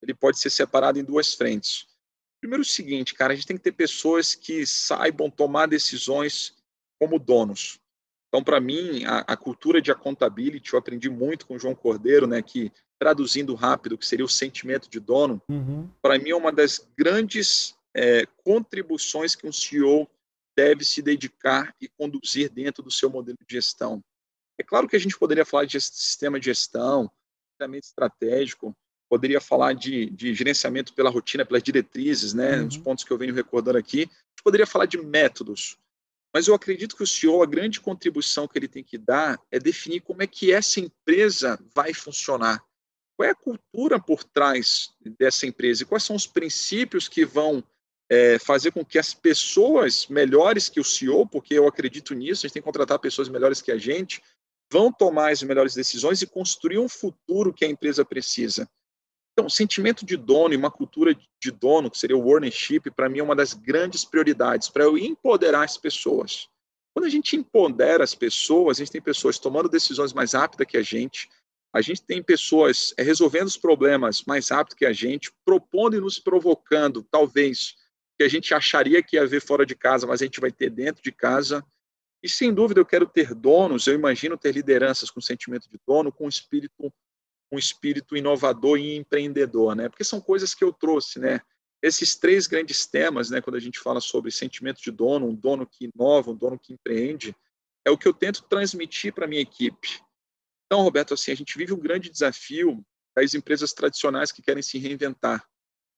ele pode ser separado em duas frentes. Primeiro o seguinte, cara, a gente tem que ter pessoas que saibam tomar decisões como donos. Então, para mim, a, a cultura de accountability, eu aprendi muito com o João Cordeiro, né, que, traduzindo rápido, que seria o sentimento de dono, Uhum. para mim é uma das grandes é, contribuições que um C E O deve se dedicar e conduzir dentro do seu modelo de gestão. É claro que a gente poderia falar de sistema de gestão, planejamento estratégico, poderia falar de, de gerenciamento pela rotina, pelas diretrizes, né, Uhum. os pontos que eu venho recordando aqui. A gente poderia falar de métodos, mas eu acredito que o C E O, a grande contribuição que ele tem que dar é definir como é que essa empresa vai funcionar. Qual é a cultura por trás dessa empresa e quais são os princípios que vão é, fazer com que as pessoas melhores que o C E O, porque eu acredito nisso, a gente tem que contratar pessoas melhores que a gente, vão tomar as melhores decisões e construir um futuro que a empresa precisa. Então, sentimento de dono e uma cultura de dono, que seria o ownership, para mim é uma das grandes prioridades, para eu empoderar as pessoas. Quando a gente empodera as pessoas, a gente tem pessoas tomando decisões mais rápidas que a gente, a gente tem pessoas é, resolvendo os problemas mais rápido que a gente, propondo e nos provocando, talvez, que a gente acharia que ia ver fora de casa, mas a gente vai ter dentro de casa. E, sem dúvida, eu quero ter donos, eu imagino ter lideranças com sentimento de dono, com espírito um espírito inovador e empreendedor, né? Porque são coisas que eu trouxe, né? Esses três grandes temas, né? Quando a gente fala sobre sentimento de dono, um dono que inova, um dono que empreende, é o que eu tento transmitir para a minha equipe. Então, Roberto, assim, a gente vive um grande desafio das empresas tradicionais que querem se reinventar.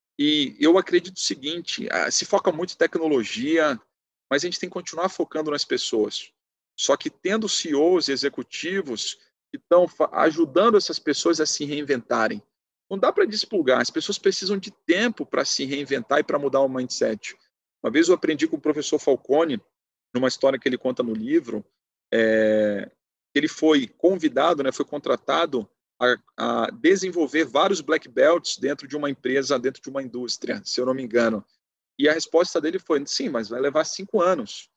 E eu acredito o seguinte, se foca muito em tecnologia, mas a gente tem que continuar focando nas pessoas. Só que tendo C E Os e executivos que estão ajudando essas pessoas a se reinventarem. Não dá para desplugar, as pessoas precisam de tempo para se reinventar e para mudar o mindset. Uma vez eu aprendi com o professor Falcone, numa história que ele conta no livro, é, ele foi convidado, né, foi contratado a, a desenvolver vários black belts dentro de uma empresa, dentro de uma indústria, se eu não me engano. E a resposta dele foi, sim, mas vai levar cinco anos.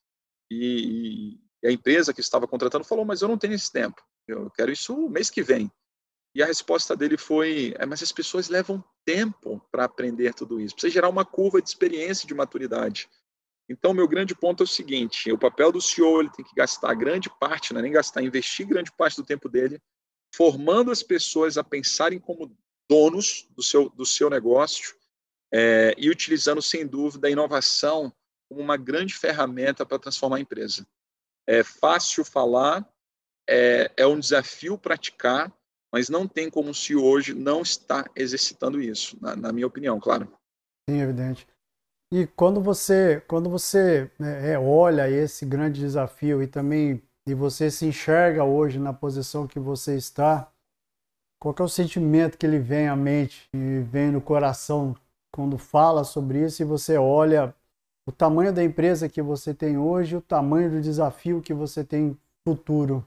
E, e a empresa que estava contratando falou, mas eu não tenho esse tempo. Eu quero isso mês que vem. E a resposta dele foi, é, mas as pessoas levam tempo para aprender tudo isso. Precisa gerar uma curva de experiência e de maturidade. Então, meu grande ponto é o seguinte, o papel do C E O ele tem que gastar grande parte, não é nem gastar, investir grande parte do tempo dele, formando as pessoas a pensarem como donos do seu, do seu negócio é, e utilizando, sem dúvida, a inovação como uma grande ferramenta para transformar a empresa. É fácil falar, É, é um desafio praticar, mas não tem como se hoje não está exercitando isso, na, na minha opinião, claro. Sim, evidente. E quando você, quando você né, é, olha esse grande desafio e também e você se enxerga hoje na posição que você está, qual que é o sentimento que lhe vem à mente e vem no coração quando fala sobre isso e você olha o tamanho da empresa que você tem hoje e o tamanho do desafio que você tem futuro?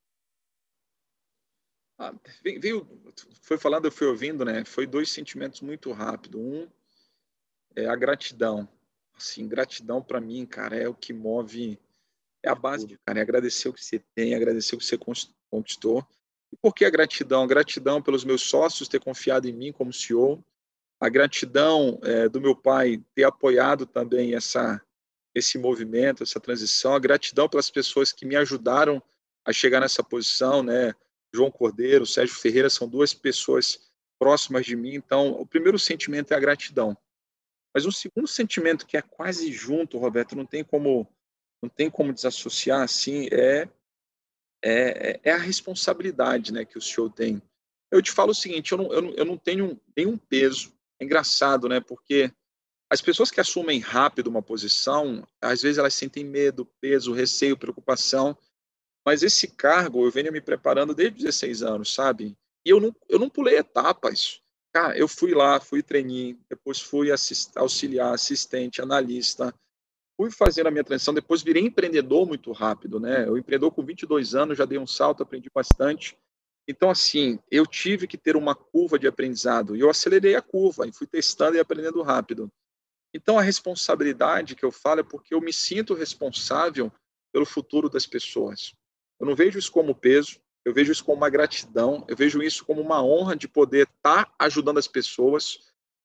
Ah, veio, foi falando, eu fui ouvindo, né? Foi dois sentimentos muito rápidos. Um é a gratidão. Assim, gratidão para mim, cara, é o que move, é a base de, cara, é agradecer o que você tem, agradecer o que você conquistou. E por que a gratidão? A gratidão pelos meus sócios ter confiado em mim como C E O, a gratidão é, do meu pai ter apoiado também essa, esse movimento, essa transição, a gratidão pelas pessoas que me ajudaram a chegar nessa posição, né? João Cordeiro, Sérgio Ferreira, são duas pessoas próximas de mim, então o primeiro sentimento é a gratidão. Mas um segundo sentimento que é quase junto, Roberto, não tem como, não tem como desassociar assim, é, é, é a responsabilidade, né, que o senhor tem. Eu te falo o seguinte, eu não, eu não, eu não tenho nenhum peso, é engraçado, né, porque as pessoas que assumem rápido uma posição, às vezes elas sentem medo, peso, receio, preocupação, mas esse cargo eu venho me preparando desde os dezesseis anos, sabe? E eu não, eu não pulei etapas. Cara, eu fui lá, fui trainee, depois fui assist, auxiliar, assistente, analista, fui fazendo a minha transição, depois virei empreendedor muito rápido, né? Eu empreendedor com vinte e dois anos, já dei um salto, aprendi bastante. Então, assim, eu tive que ter uma curva de aprendizado e eu acelerei a curva e fui testando e aprendendo rápido. Então, a responsabilidade que eu falo é porque eu me sinto responsável pelo futuro das pessoas. Eu não vejo isso como peso, eu vejo isso como uma gratidão, eu vejo isso como uma honra de poder estar ajudando as pessoas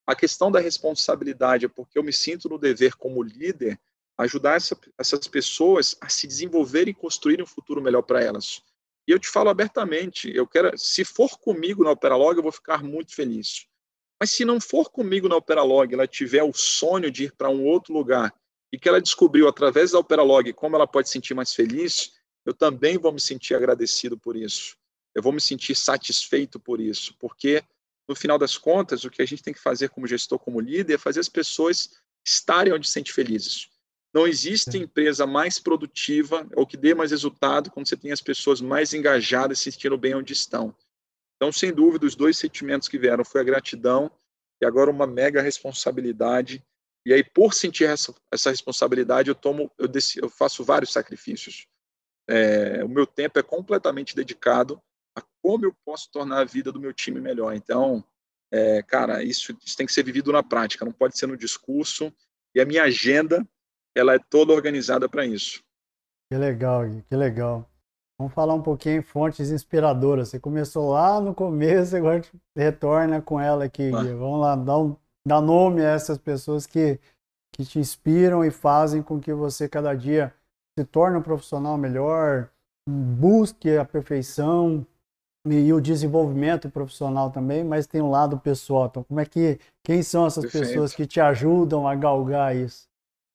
A questão da responsabilidade é porque eu me sinto no dever como líder ajudar essa, essas pessoas a se desenvolverem e construírem um futuro melhor para elas. E eu te falo abertamente, eu quero, se for comigo na Operalog, eu vou ficar muito feliz. Mas se não for comigo na Operalog, ela tiver o sonho de ir para um outro lugar e que ela descobriu através da Operalog como ela pode se sentir mais feliz, eu também vou me sentir agradecido por isso. Eu vou me sentir satisfeito por isso, porque no final das contas, o que a gente tem que fazer como gestor, como líder, é fazer as pessoas estarem onde se sentem felizes. Não existe empresa mais produtiva ou que dê mais resultado quando você tem as pessoas mais engajadas, se sentindo bem onde estão. Então, sem dúvida, os dois sentimentos que vieram foi a gratidão e agora uma mega responsabilidade. E aí, por sentir essa, essa responsabilidade, eu, tomo, eu, decido, eu faço vários sacrifícios. É, o meu tempo é completamente dedicado a como eu posso tornar a vida do meu time melhor. Então, é, cara, isso, isso tem que ser vivido na prática, não pode ser no discurso. E a minha agenda, ela é toda organizada para isso. Que legal, Gui, que legal. Vamos falar um pouquinho em fontes inspiradoras. Você começou lá no começo, agora retorna com ela aqui, Gui. Vamos lá, dar, um, dar nome a essas pessoas que, que te inspiram e fazem com que você cada dia se torne um profissional melhor, busque a perfeição e o desenvolvimento profissional também, mas tem um lado pessoal. Então, como é que, quem são essas Perfeito. pessoas que te ajudam a galgar isso?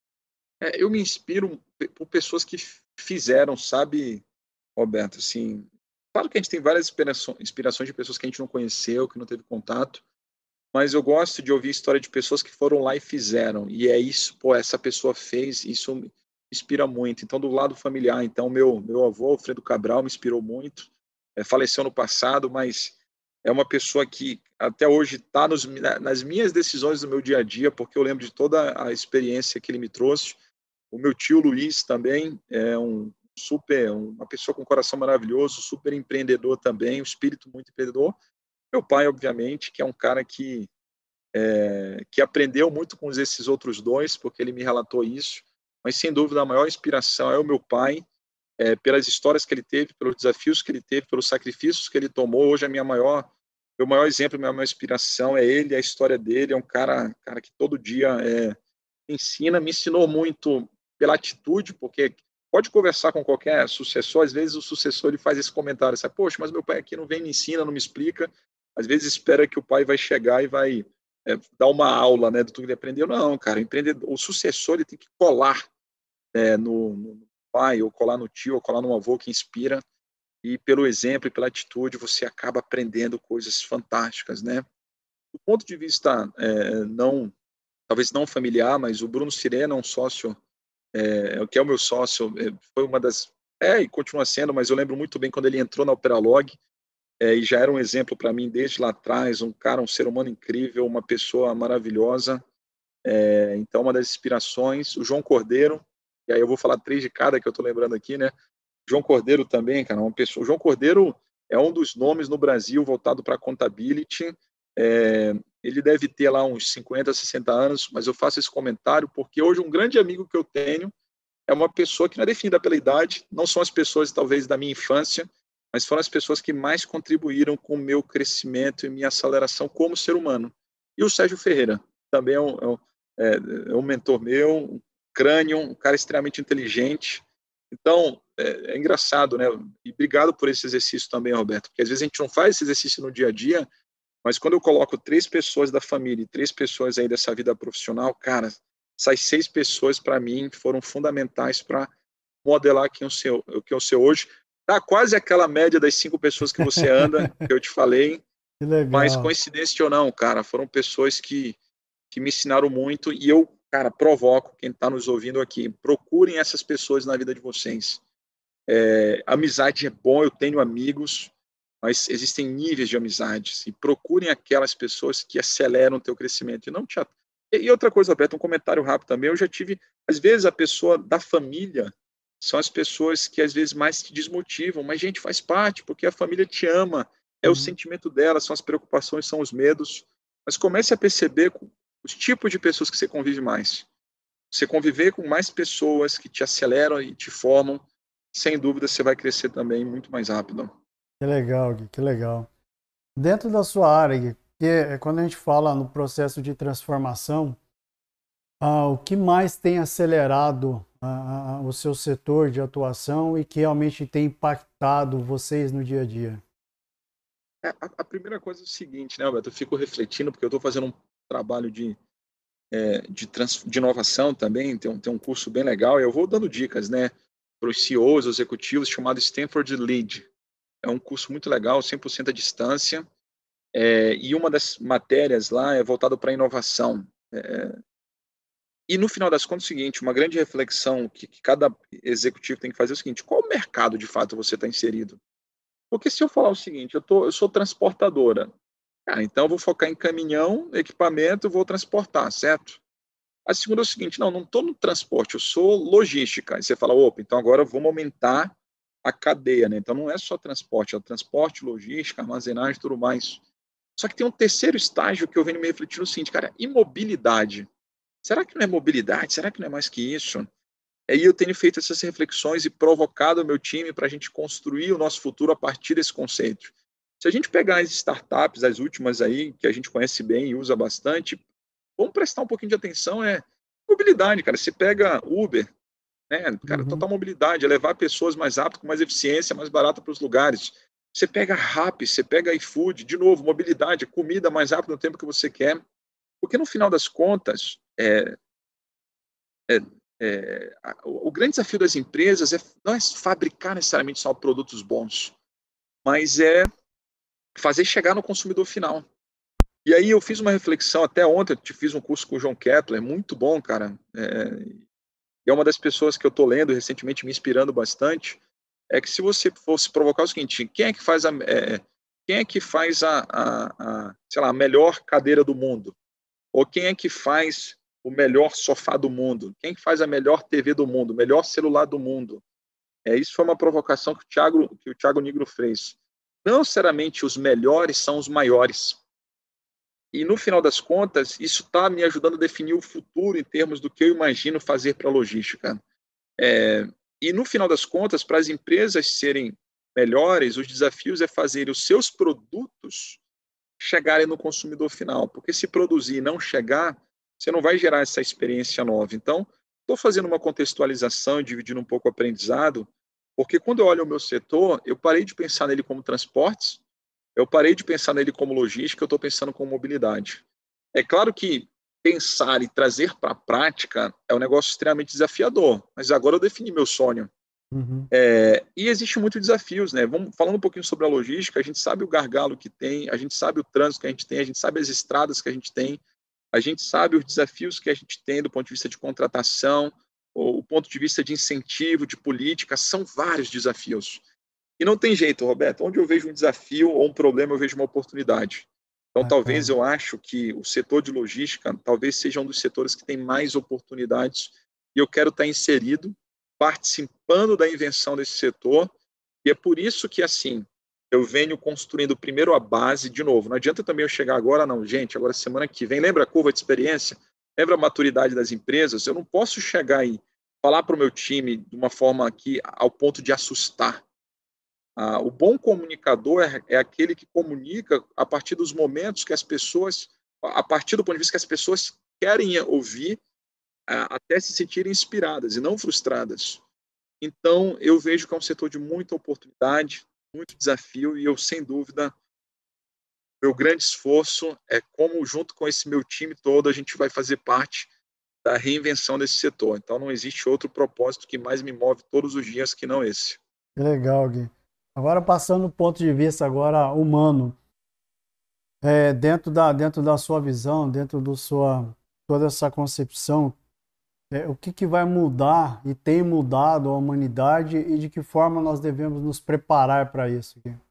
É, eu me inspiro por pessoas que fizeram, sabe, Roberto, assim, claro que a gente tem várias inspirações de pessoas que a gente não conheceu, que não teve contato, mas eu gosto de ouvir a história de pessoas que foram lá e fizeram, e é isso, pô, essa pessoa fez, isso me inspira muito. Então, do lado familiar, então, meu, meu avô, Alfredo Cabral, me inspirou muito, é, faleceu no passado, mas é uma pessoa que até hoje está nas minhas decisões do meu dia a dia, porque eu lembro de toda a experiência que ele me trouxe. O meu tio Luiz também é um super, uma pessoa com um coração maravilhoso, super empreendedor também, um espírito muito empreendedor. Meu pai, obviamente, que é um cara que, é, que aprendeu muito com esses outros dois, porque ele me relatou isso, mas sem dúvida a maior inspiração é o meu pai, é, pelas histórias que ele teve, pelos desafios que ele teve, pelos sacrifícios que ele tomou. Hoje a minha maior, meu maior exemplo, a minha maior inspiração é ele, a história dele. É um cara, cara que todo dia é, ensina, me ensinou muito pela atitude, porque pode conversar com qualquer sucessor, às vezes o sucessor ele faz esse comentário, sabe, poxa, mas meu pai aqui não vem me ensina, não me explica, às vezes espera que o pai vai chegar e vai é, dar uma aula, né, do que ele aprendeu. Não, cara, o empreendedor, o sucessor ele tem que colar é, no, no pai, ou colar no tio, ou colar no avô que inspira, e pelo exemplo e pela atitude você acaba aprendendo coisas fantásticas, né? Do ponto de vista é, não, talvez não familiar, mas o Bruno Sirena é um sócio, é, que é o meu sócio, é, foi uma das, é, e continua sendo, mas eu lembro muito bem quando ele entrou na Operalog, é, e já era um exemplo para mim desde lá atrás, um cara, um ser humano incrível, uma pessoa maravilhosa, é, então uma das inspirações. O João Cordeiro, e aí eu vou falar três de cada que eu estou lembrando aqui, né? João Cordeiro também, cara, uma pessoa, o João Cordeiro é um dos nomes no Brasil voltado para contability. É, ele deve ter lá uns cinquenta, sessenta anos, mas eu faço esse comentário porque hoje um grande amigo que eu tenho é uma pessoa que não é definida pela idade, não são as pessoas talvez da minha infância, mas foram as pessoas que mais contribuíram com o meu crescimento e minha aceleração como ser humano. E o Sérgio Ferreira também é um, é um, é um mentor meu, um crânio, um cara extremamente inteligente. Então, é, é engraçado, né? E obrigado por esse exercício também, Roberto, porque às vezes a gente não faz esse exercício no dia a dia, mas quando eu coloco três pessoas da família e três pessoas aí dessa vida profissional, cara, essas seis pessoas, para mim, foram fundamentais para modelar quem eu, sou, quem eu sou hoje. Tá quase aquela média das cinco pessoas que você anda, que eu te falei. Que legal. Mas, coincidência ou não, cara, foram pessoas que, que me ensinaram muito e eu, cara, provoco quem está nos ouvindo aqui. Procurem essas pessoas na vida de vocês. É, amizade é bom, eu tenho amigos, mas existem níveis de amizades, e procurem aquelas pessoas que aceleram o teu crescimento e não te... E outra coisa, Roberto, um comentário rápido também, eu já tive, às vezes a pessoa da família são as pessoas que às vezes mais te desmotivam, mas gente, faz parte, porque a família te ama, é uhum. O sentimento dela, são as preocupações, são os medos, mas comece a perceber os tipos de pessoas que você convive mais. Você conviver com mais pessoas que te aceleram e te formam, sem dúvida você vai crescer também muito mais rápido. Que legal, Gui, que legal. Dentro da sua área, Gui, Porque quando a gente fala no processo de transformação, ah, o que mais tem acelerado ah, ah, o seu setor de atuação e que realmente tem impactado vocês no dia a dia? É, a, a primeira coisa é o seguinte, né, Alberto? Eu fico refletindo, porque eu estou fazendo um trabalho de, é, de, trans, de inovação também, tem um, tem um curso bem legal, e eu vou dando dicas, né, para os C E Os, executivos, chamado Stanford Lead. É um curso muito legal, cem por cento à distância, é, e uma das matérias lá é voltada para a inovação. É, e no final das contas é o seguinte, uma grande reflexão que, que cada executivo tem que fazer é o seguinte: qual mercado de fato você está inserido? Porque se eu falar o seguinte, eu, tô, eu sou transportadora, ah, então eu vou focar em caminhão, equipamento, vou transportar, certo? A segunda é o seguinte, não, não estou no transporte, eu sou logística. Aí você fala, opa, então agora vamos aumentar a cadeia, né? Então não é só transporte, é transporte, logística, armazenagem, tudo mais. Só que tem um terceiro estágio que eu venho me refletindo o seguinte, cara, imobilidade. Será que não é mobilidade? Será que não é mais que isso? Aí eu tenho feito essas reflexões e provocado o meu time para a gente construir o nosso futuro a partir desse conceito. Se a gente pegar as startups, as últimas aí, que a gente conhece bem e usa bastante, vamos prestar um pouquinho de atenção, é mobilidade, cara. Você pega Uber, né? Cara, Uhum. total mobilidade, é levar pessoas mais rápido, com mais eficiência, mais barata para os lugares. Você pega Rappi, você pega iFood, de novo, mobilidade, comida mais rápido no tempo que você quer. Porque no final das contas, é, é, é, a, o, o grande desafio das empresas é, não é fabricar necessariamente só produtos bons, mas é fazer chegar no consumidor final. E aí eu fiz uma reflexão, até ontem eu te fiz um curso com o João Kepler, muito bom, cara. É, e é uma das pessoas que eu estou lendo recentemente, me inspirando bastante, é que se você fosse provocar o seguinte, quem é que faz a, é, quem é que faz a, a, a, sei lá, a melhor cadeira do mundo? Ou quem é que faz o melhor sofá do mundo? Quem é que faz a melhor T V do mundo? O melhor celular do mundo? É, isso foi uma provocação que o Thiago, que o Thiago Nigro fez. Não necessariamente os melhores são os maiores. E no final das contas, isso está me ajudando a definir o futuro em termos do que eu imagino fazer para a logística. É, e no final das contas, para as empresas serem melhores, os desafios é fazer os seus produtos chegarem no consumidor final. Porque se produzir e não chegar, você não vai gerar essa experiência nova. Então, estou fazendo uma contextualização e dividindo um pouco o aprendizado, porque quando eu olho o meu setor, eu parei de pensar nele como transportes, eu parei de pensar nele como logística, eu estou pensando como mobilidade. É claro que pensar e trazer para a prática é um negócio extremamente desafiador, mas agora eu defini meu sonho. Uhum. É, e existe muitos desafios, né? Vamos falando um pouquinho sobre a logística, a gente sabe o gargalo que tem, a gente sabe o trânsito que a gente tem, a gente sabe as estradas que a gente tem, a gente sabe os desafios que a gente tem do ponto de vista de contratação, ou o ponto de vista de incentivo, de política, são vários desafios. E não tem jeito, Roberto, onde eu vejo um desafio ou um problema, eu vejo uma oportunidade. Então, talvez Bacana. eu acho que o setor de logística talvez seja um dos setores que tem mais oportunidades e eu quero estar inserido, participando da invenção desse setor. E é por isso que, assim, eu venho construindo primeiro a base, de novo, não adianta também eu chegar agora, não, gente, agora semana que vem, lembra a curva de experiência? Lembra a maturidade das empresas? Eu não posso chegar e falar para o meu time de uma forma aqui ao ponto de assustar. Ah, o bom comunicador é, é aquele que comunica a partir dos momentos que as pessoas, a partir do ponto de vista que as pessoas querem ouvir, ah, até se sentirem inspiradas e não frustradas. Então, eu vejo que é um setor de muita oportunidade, muito desafio, e eu, sem dúvida, meu grande esforço é como, junto com esse meu time todo, a gente vai fazer parte da reinvenção desse setor. Então, não existe outro propósito que mais me move todos os dias que não esse. Que legal, Gui. Agora passando do ponto de vista agora humano, é, dentro da, dentro da sua visão, dentro do sua toda essa concepção, é, o que, que vai mudar e tem mudado a humanidade e de que forma nós devemos nos preparar para isso, Gui?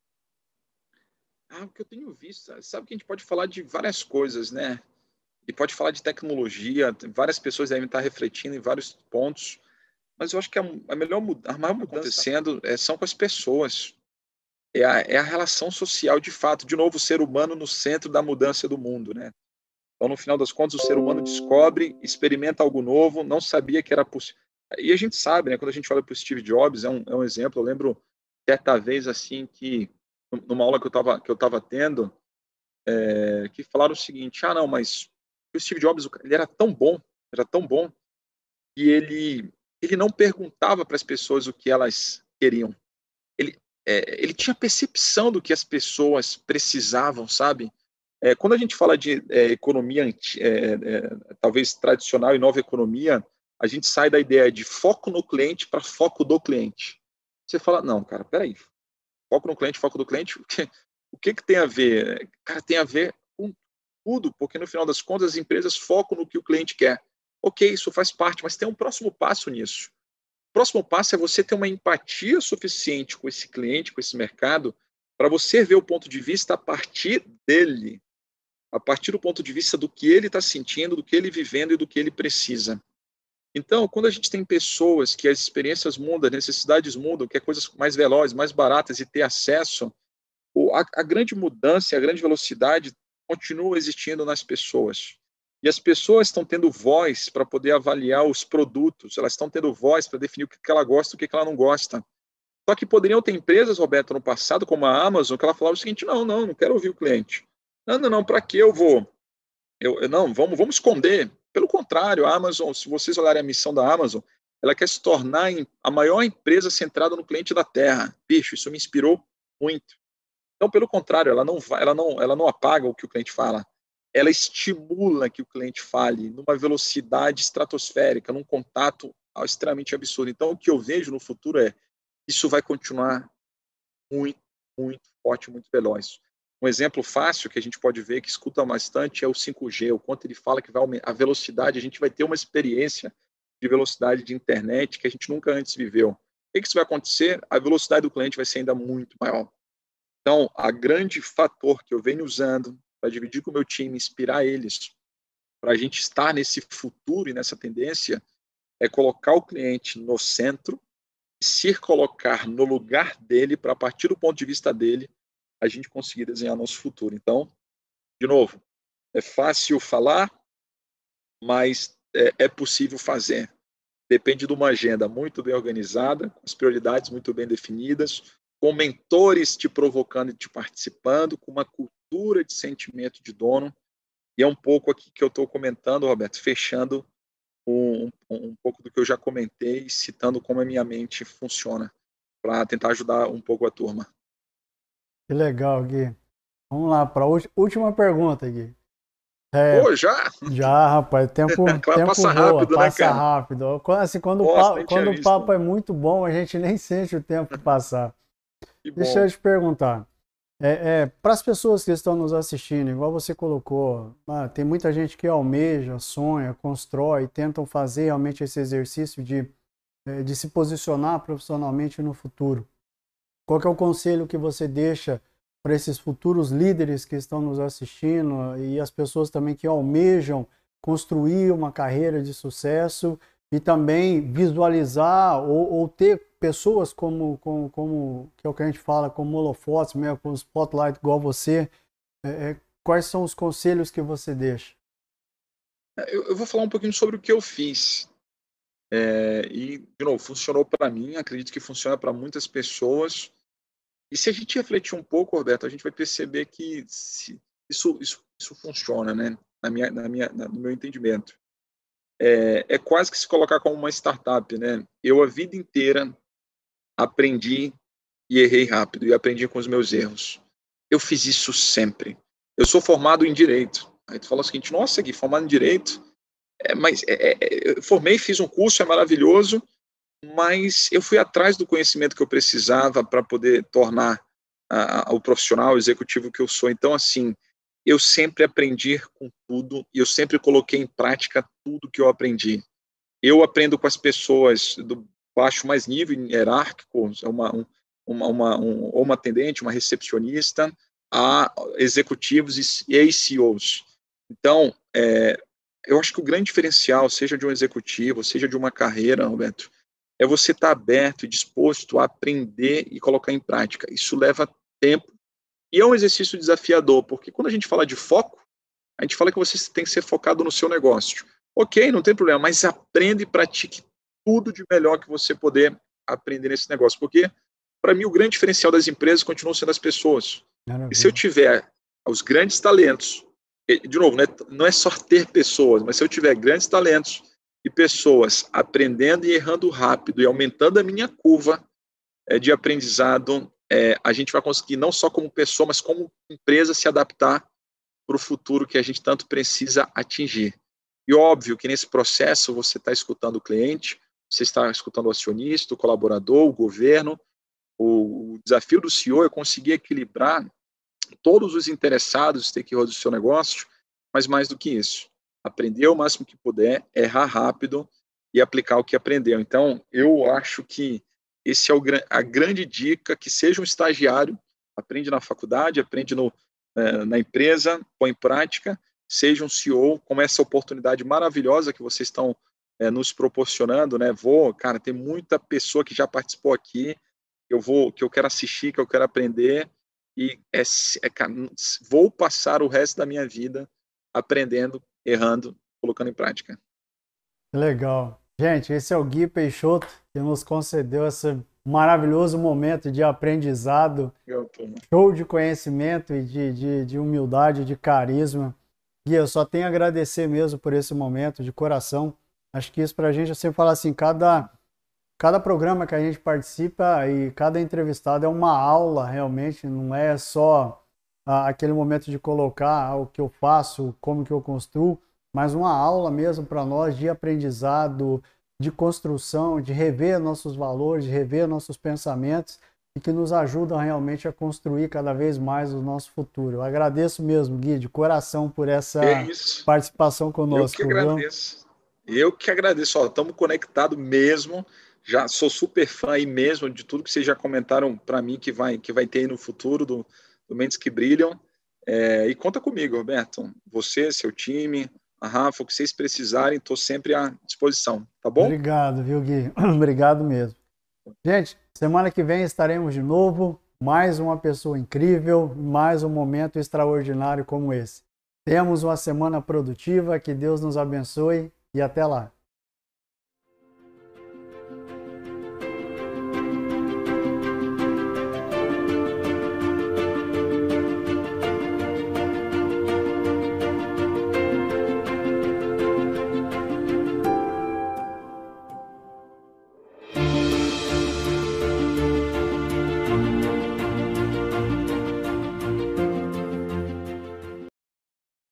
Ah, o que eu tenho visto, sabe que a gente pode falar de várias coisas, né? E pode falar de tecnologia, várias pessoas devem estar refletindo em vários pontos, mas eu acho que a, a melhor a maior mudança acontecendo é, são com as pessoas. É a, é a relação social de fato. De novo, o ser humano no centro da mudança do mundo, né? Então, no final das contas, o ser humano descobre, experimenta algo novo, não sabia que era possível. E a gente sabe, né? Quando a gente olha para o Steve Jobs, é um, é um exemplo. Eu lembro certa vez assim que numa aula que eu estava que eu estava tendo, é, que falaram o seguinte: ah, não, mas o Steve Jobs, ele era tão bom, era tão bom, que ele, ele não perguntava para as pessoas o que elas queriam. Ele, é, ele tinha percepção do que as pessoas precisavam, sabe? É, quando a gente fala de é, economia é, é, talvez tradicional e nova economia, a gente sai da ideia de foco no cliente para foco do cliente. Você fala, não, cara, peraí, foco no cliente, foco do cliente, o que, o que, que tem a ver? Cara, tem a ver com tudo, porque no final das contas as empresas focam no que o cliente quer. Ok, isso faz parte, mas tem um próximo passo nisso. O próximo passo é você ter uma empatia suficiente com esse cliente, com esse mercado, para você ver o ponto de vista a partir dele, a partir do ponto de vista do que ele está sentindo, do que ele vivendo e do que ele precisa. Então, quando a gente tem pessoas que as experiências mudam, as necessidades mudam, que é coisas mais velozes, mais baratas e ter acesso, a, a grande mudança, a grande velocidade continua existindo nas pessoas. E as pessoas estão tendo voz para poder avaliar os produtos, elas estão tendo voz para definir o que ela gosta e o que ela não gosta. Só que poderiam ter empresas, Roberto, no passado, como a Amazon, que ela falava o seguinte: não, não, não quero ouvir o cliente. Não, não, não, para que eu vou? Eu, eu, não, vamos, vamos esconder. Pelo contrário, a Amazon, se vocês olharem a missão da Amazon, ela quer se tornar a maior empresa centrada no cliente da Terra. Bicho, isso me inspirou muito. Então, pelo contrário, ela não, ela não, ela não apaga o que o cliente fala. Ela estimula que o cliente fale numa velocidade estratosférica, num contato extremamente absurdo. Então, o que eu vejo no futuro é isso vai continuar muito, muito forte, muito veloz. Um exemplo fácil que a gente pode ver, que escuta bastante, é o cinco G, o quanto ele fala que vai aumentar a velocidade, a gente vai ter uma experiência de velocidade de internet que a gente nunca antes viveu. O que isso vai acontecer? A velocidade do cliente vai ser ainda muito maior. Então, a grande fator que eu venho usando para dividir com o meu time, inspirar eles, para a gente estar nesse futuro e nessa tendência, é colocar o cliente no centro, se colocar no lugar dele, para a partir do ponto de vista dele, a gente conseguir desenhar nosso futuro. Então, de novo, é fácil falar, mas é, é possível fazer. Depende de uma agenda muito bem organizada, com as prioridades muito bem definidas, com mentores te provocando e te participando, com uma cultura de sentimento de dono. E é um pouco aqui que eu estou comentando, Roberto, fechando um, um, um pouco do que eu já comentei, citando como a minha mente funciona, para tentar ajudar um pouco a turma. Que legal, Gui. Vamos lá, para a última pergunta, Gui. É, Pô, já? Já, rapaz, o tempo, claro, tempo passa voa, rápido, passa né, cara? rápido. Assim, quando, Nossa, o, nem papo, quando o papo é muito bom, a gente nem sente o tempo passar. Que bom. Deixa eu te perguntar. É, é, para as pessoas que estão nos assistindo, igual você colocou, ah, tem muita gente que almeja, sonha, constrói, tentam fazer realmente esse exercício de, de se posicionar profissionalmente no futuro. Qual que é o conselho que você deixa para esses futuros líderes que estão nos assistindo e as pessoas também que almejam construir uma carreira de sucesso e também visualizar ou, ou ter pessoas como, como, como, que é o que a gente fala, como holofotes, mesmo, com spotlight igual você, é, é, quais são os conselhos que você deixa? Eu, eu vou falar um pouquinho sobre o que eu fiz. É, e, de novo, funcionou para mim, acredito que funciona para muitas pessoas. E se a gente refletir um pouco, Roberto, a gente vai perceber que se, isso, isso, isso funciona, né? Na minha, na minha, no meu entendimento. É, é quase que se colocar como uma startup, né? Eu, a vida inteira, aprendi e errei rápido, e aprendi com os meus erros. Eu fiz isso sempre. Eu sou formado em Direito. Aí tu fala o seguinte: nossa, Gui, formado em Direito? É, mas é, é, eu formei, fiz um curso, é maravilhoso, mas eu fui atrás do conhecimento que eu precisava para poder tornar a, a, o profissional, o executivo que eu sou. Então, assim, eu sempre aprendi com tudo e eu sempre coloquei em prática tudo que eu aprendi. Eu aprendo com as pessoas do baixo mais nível, hierárquico, uma, um, uma, uma, um, ou uma atendente, uma recepcionista, a executivos e A C Os. Então, é, eu acho que o grande diferencial, seja de um executivo, seja de uma carreira, Roberto, é você estar aberto e disposto a aprender e colocar em prática. Isso leva tempo e é um exercício desafiador, porque quando a gente fala de foco, a gente fala que você tem que ser focado no seu negócio. Ok, não tem problema, mas aprenda e pratique tudo de melhor que você poder aprender nesse negócio, porque, para mim, o grande diferencial das empresas continua sendo as pessoas. Maravilha. E se eu tiver os grandes talentos, de novo, não é, não é só ter pessoas, mas se eu tiver grandes talentos e pessoas aprendendo e errando rápido e aumentando a minha curva é, de aprendizado, é, a gente vai conseguir não só como pessoa, mas como empresa se adaptar para o futuro que a gente tanto precisa atingir. E óbvio que nesse processo você está escutando o cliente, você está escutando o acionista, o colaborador, o governo. O desafio do C E O é conseguir equilibrar todos os interessados, stakeholders do seu negócio, mas mais do que isso, aprender o máximo que puder, errar rápido e aplicar o que aprendeu. Então, eu acho que esse é o, a grande dica, que seja um estagiário, aprende na faculdade, aprende no, na empresa, põe em prática, seja um C E O, com essa oportunidade maravilhosa que vocês estão é, nos proporcionando, né? Vou, cara, tem muita pessoa que já participou aqui, eu vou, que eu quero assistir, que eu quero aprender, e é, é, vou passar o resto da minha vida aprendendo, errando, colocando em prática. Legal. Gente, esse é o Gui Peixoto, que nos concedeu esse maravilhoso momento de aprendizado, show de conhecimento e de, de, de humildade, de carisma. Gui, eu só tenho a agradecer mesmo por esse momento, de coração. Acho que isso pra gente, eu sempre falo assim, cada, cada programa que a gente participa e cada entrevistado é uma aula realmente, não é só ah, aquele momento de colocar ah, o que eu faço, como que eu construo, mas uma aula mesmo para nós de aprendizado, de construção, de rever nossos valores, de rever nossos pensamentos e que nos ajudam realmente a construir cada vez mais o nosso futuro. Eu agradeço mesmo, Gui, de coração por essa é participação conosco. Eu que agradeço. Viu? Eu que agradeço. Estamos conectados mesmo. Já sou super fã aí mesmo de tudo que vocês já comentaram para mim que vai, que vai ter aí no futuro do, do Mentes que Brilham. É, e conta comigo, Roberto. Você, seu time, a Rafa, o que vocês precisarem, estou sempre à disposição, tá bom? Obrigado, viu, Gui? Obrigado mesmo. Gente, semana que vem estaremos de novo, mais uma pessoa incrível, mais um momento extraordinário como esse. Temos uma semana produtiva, que Deus nos abençoe e até lá.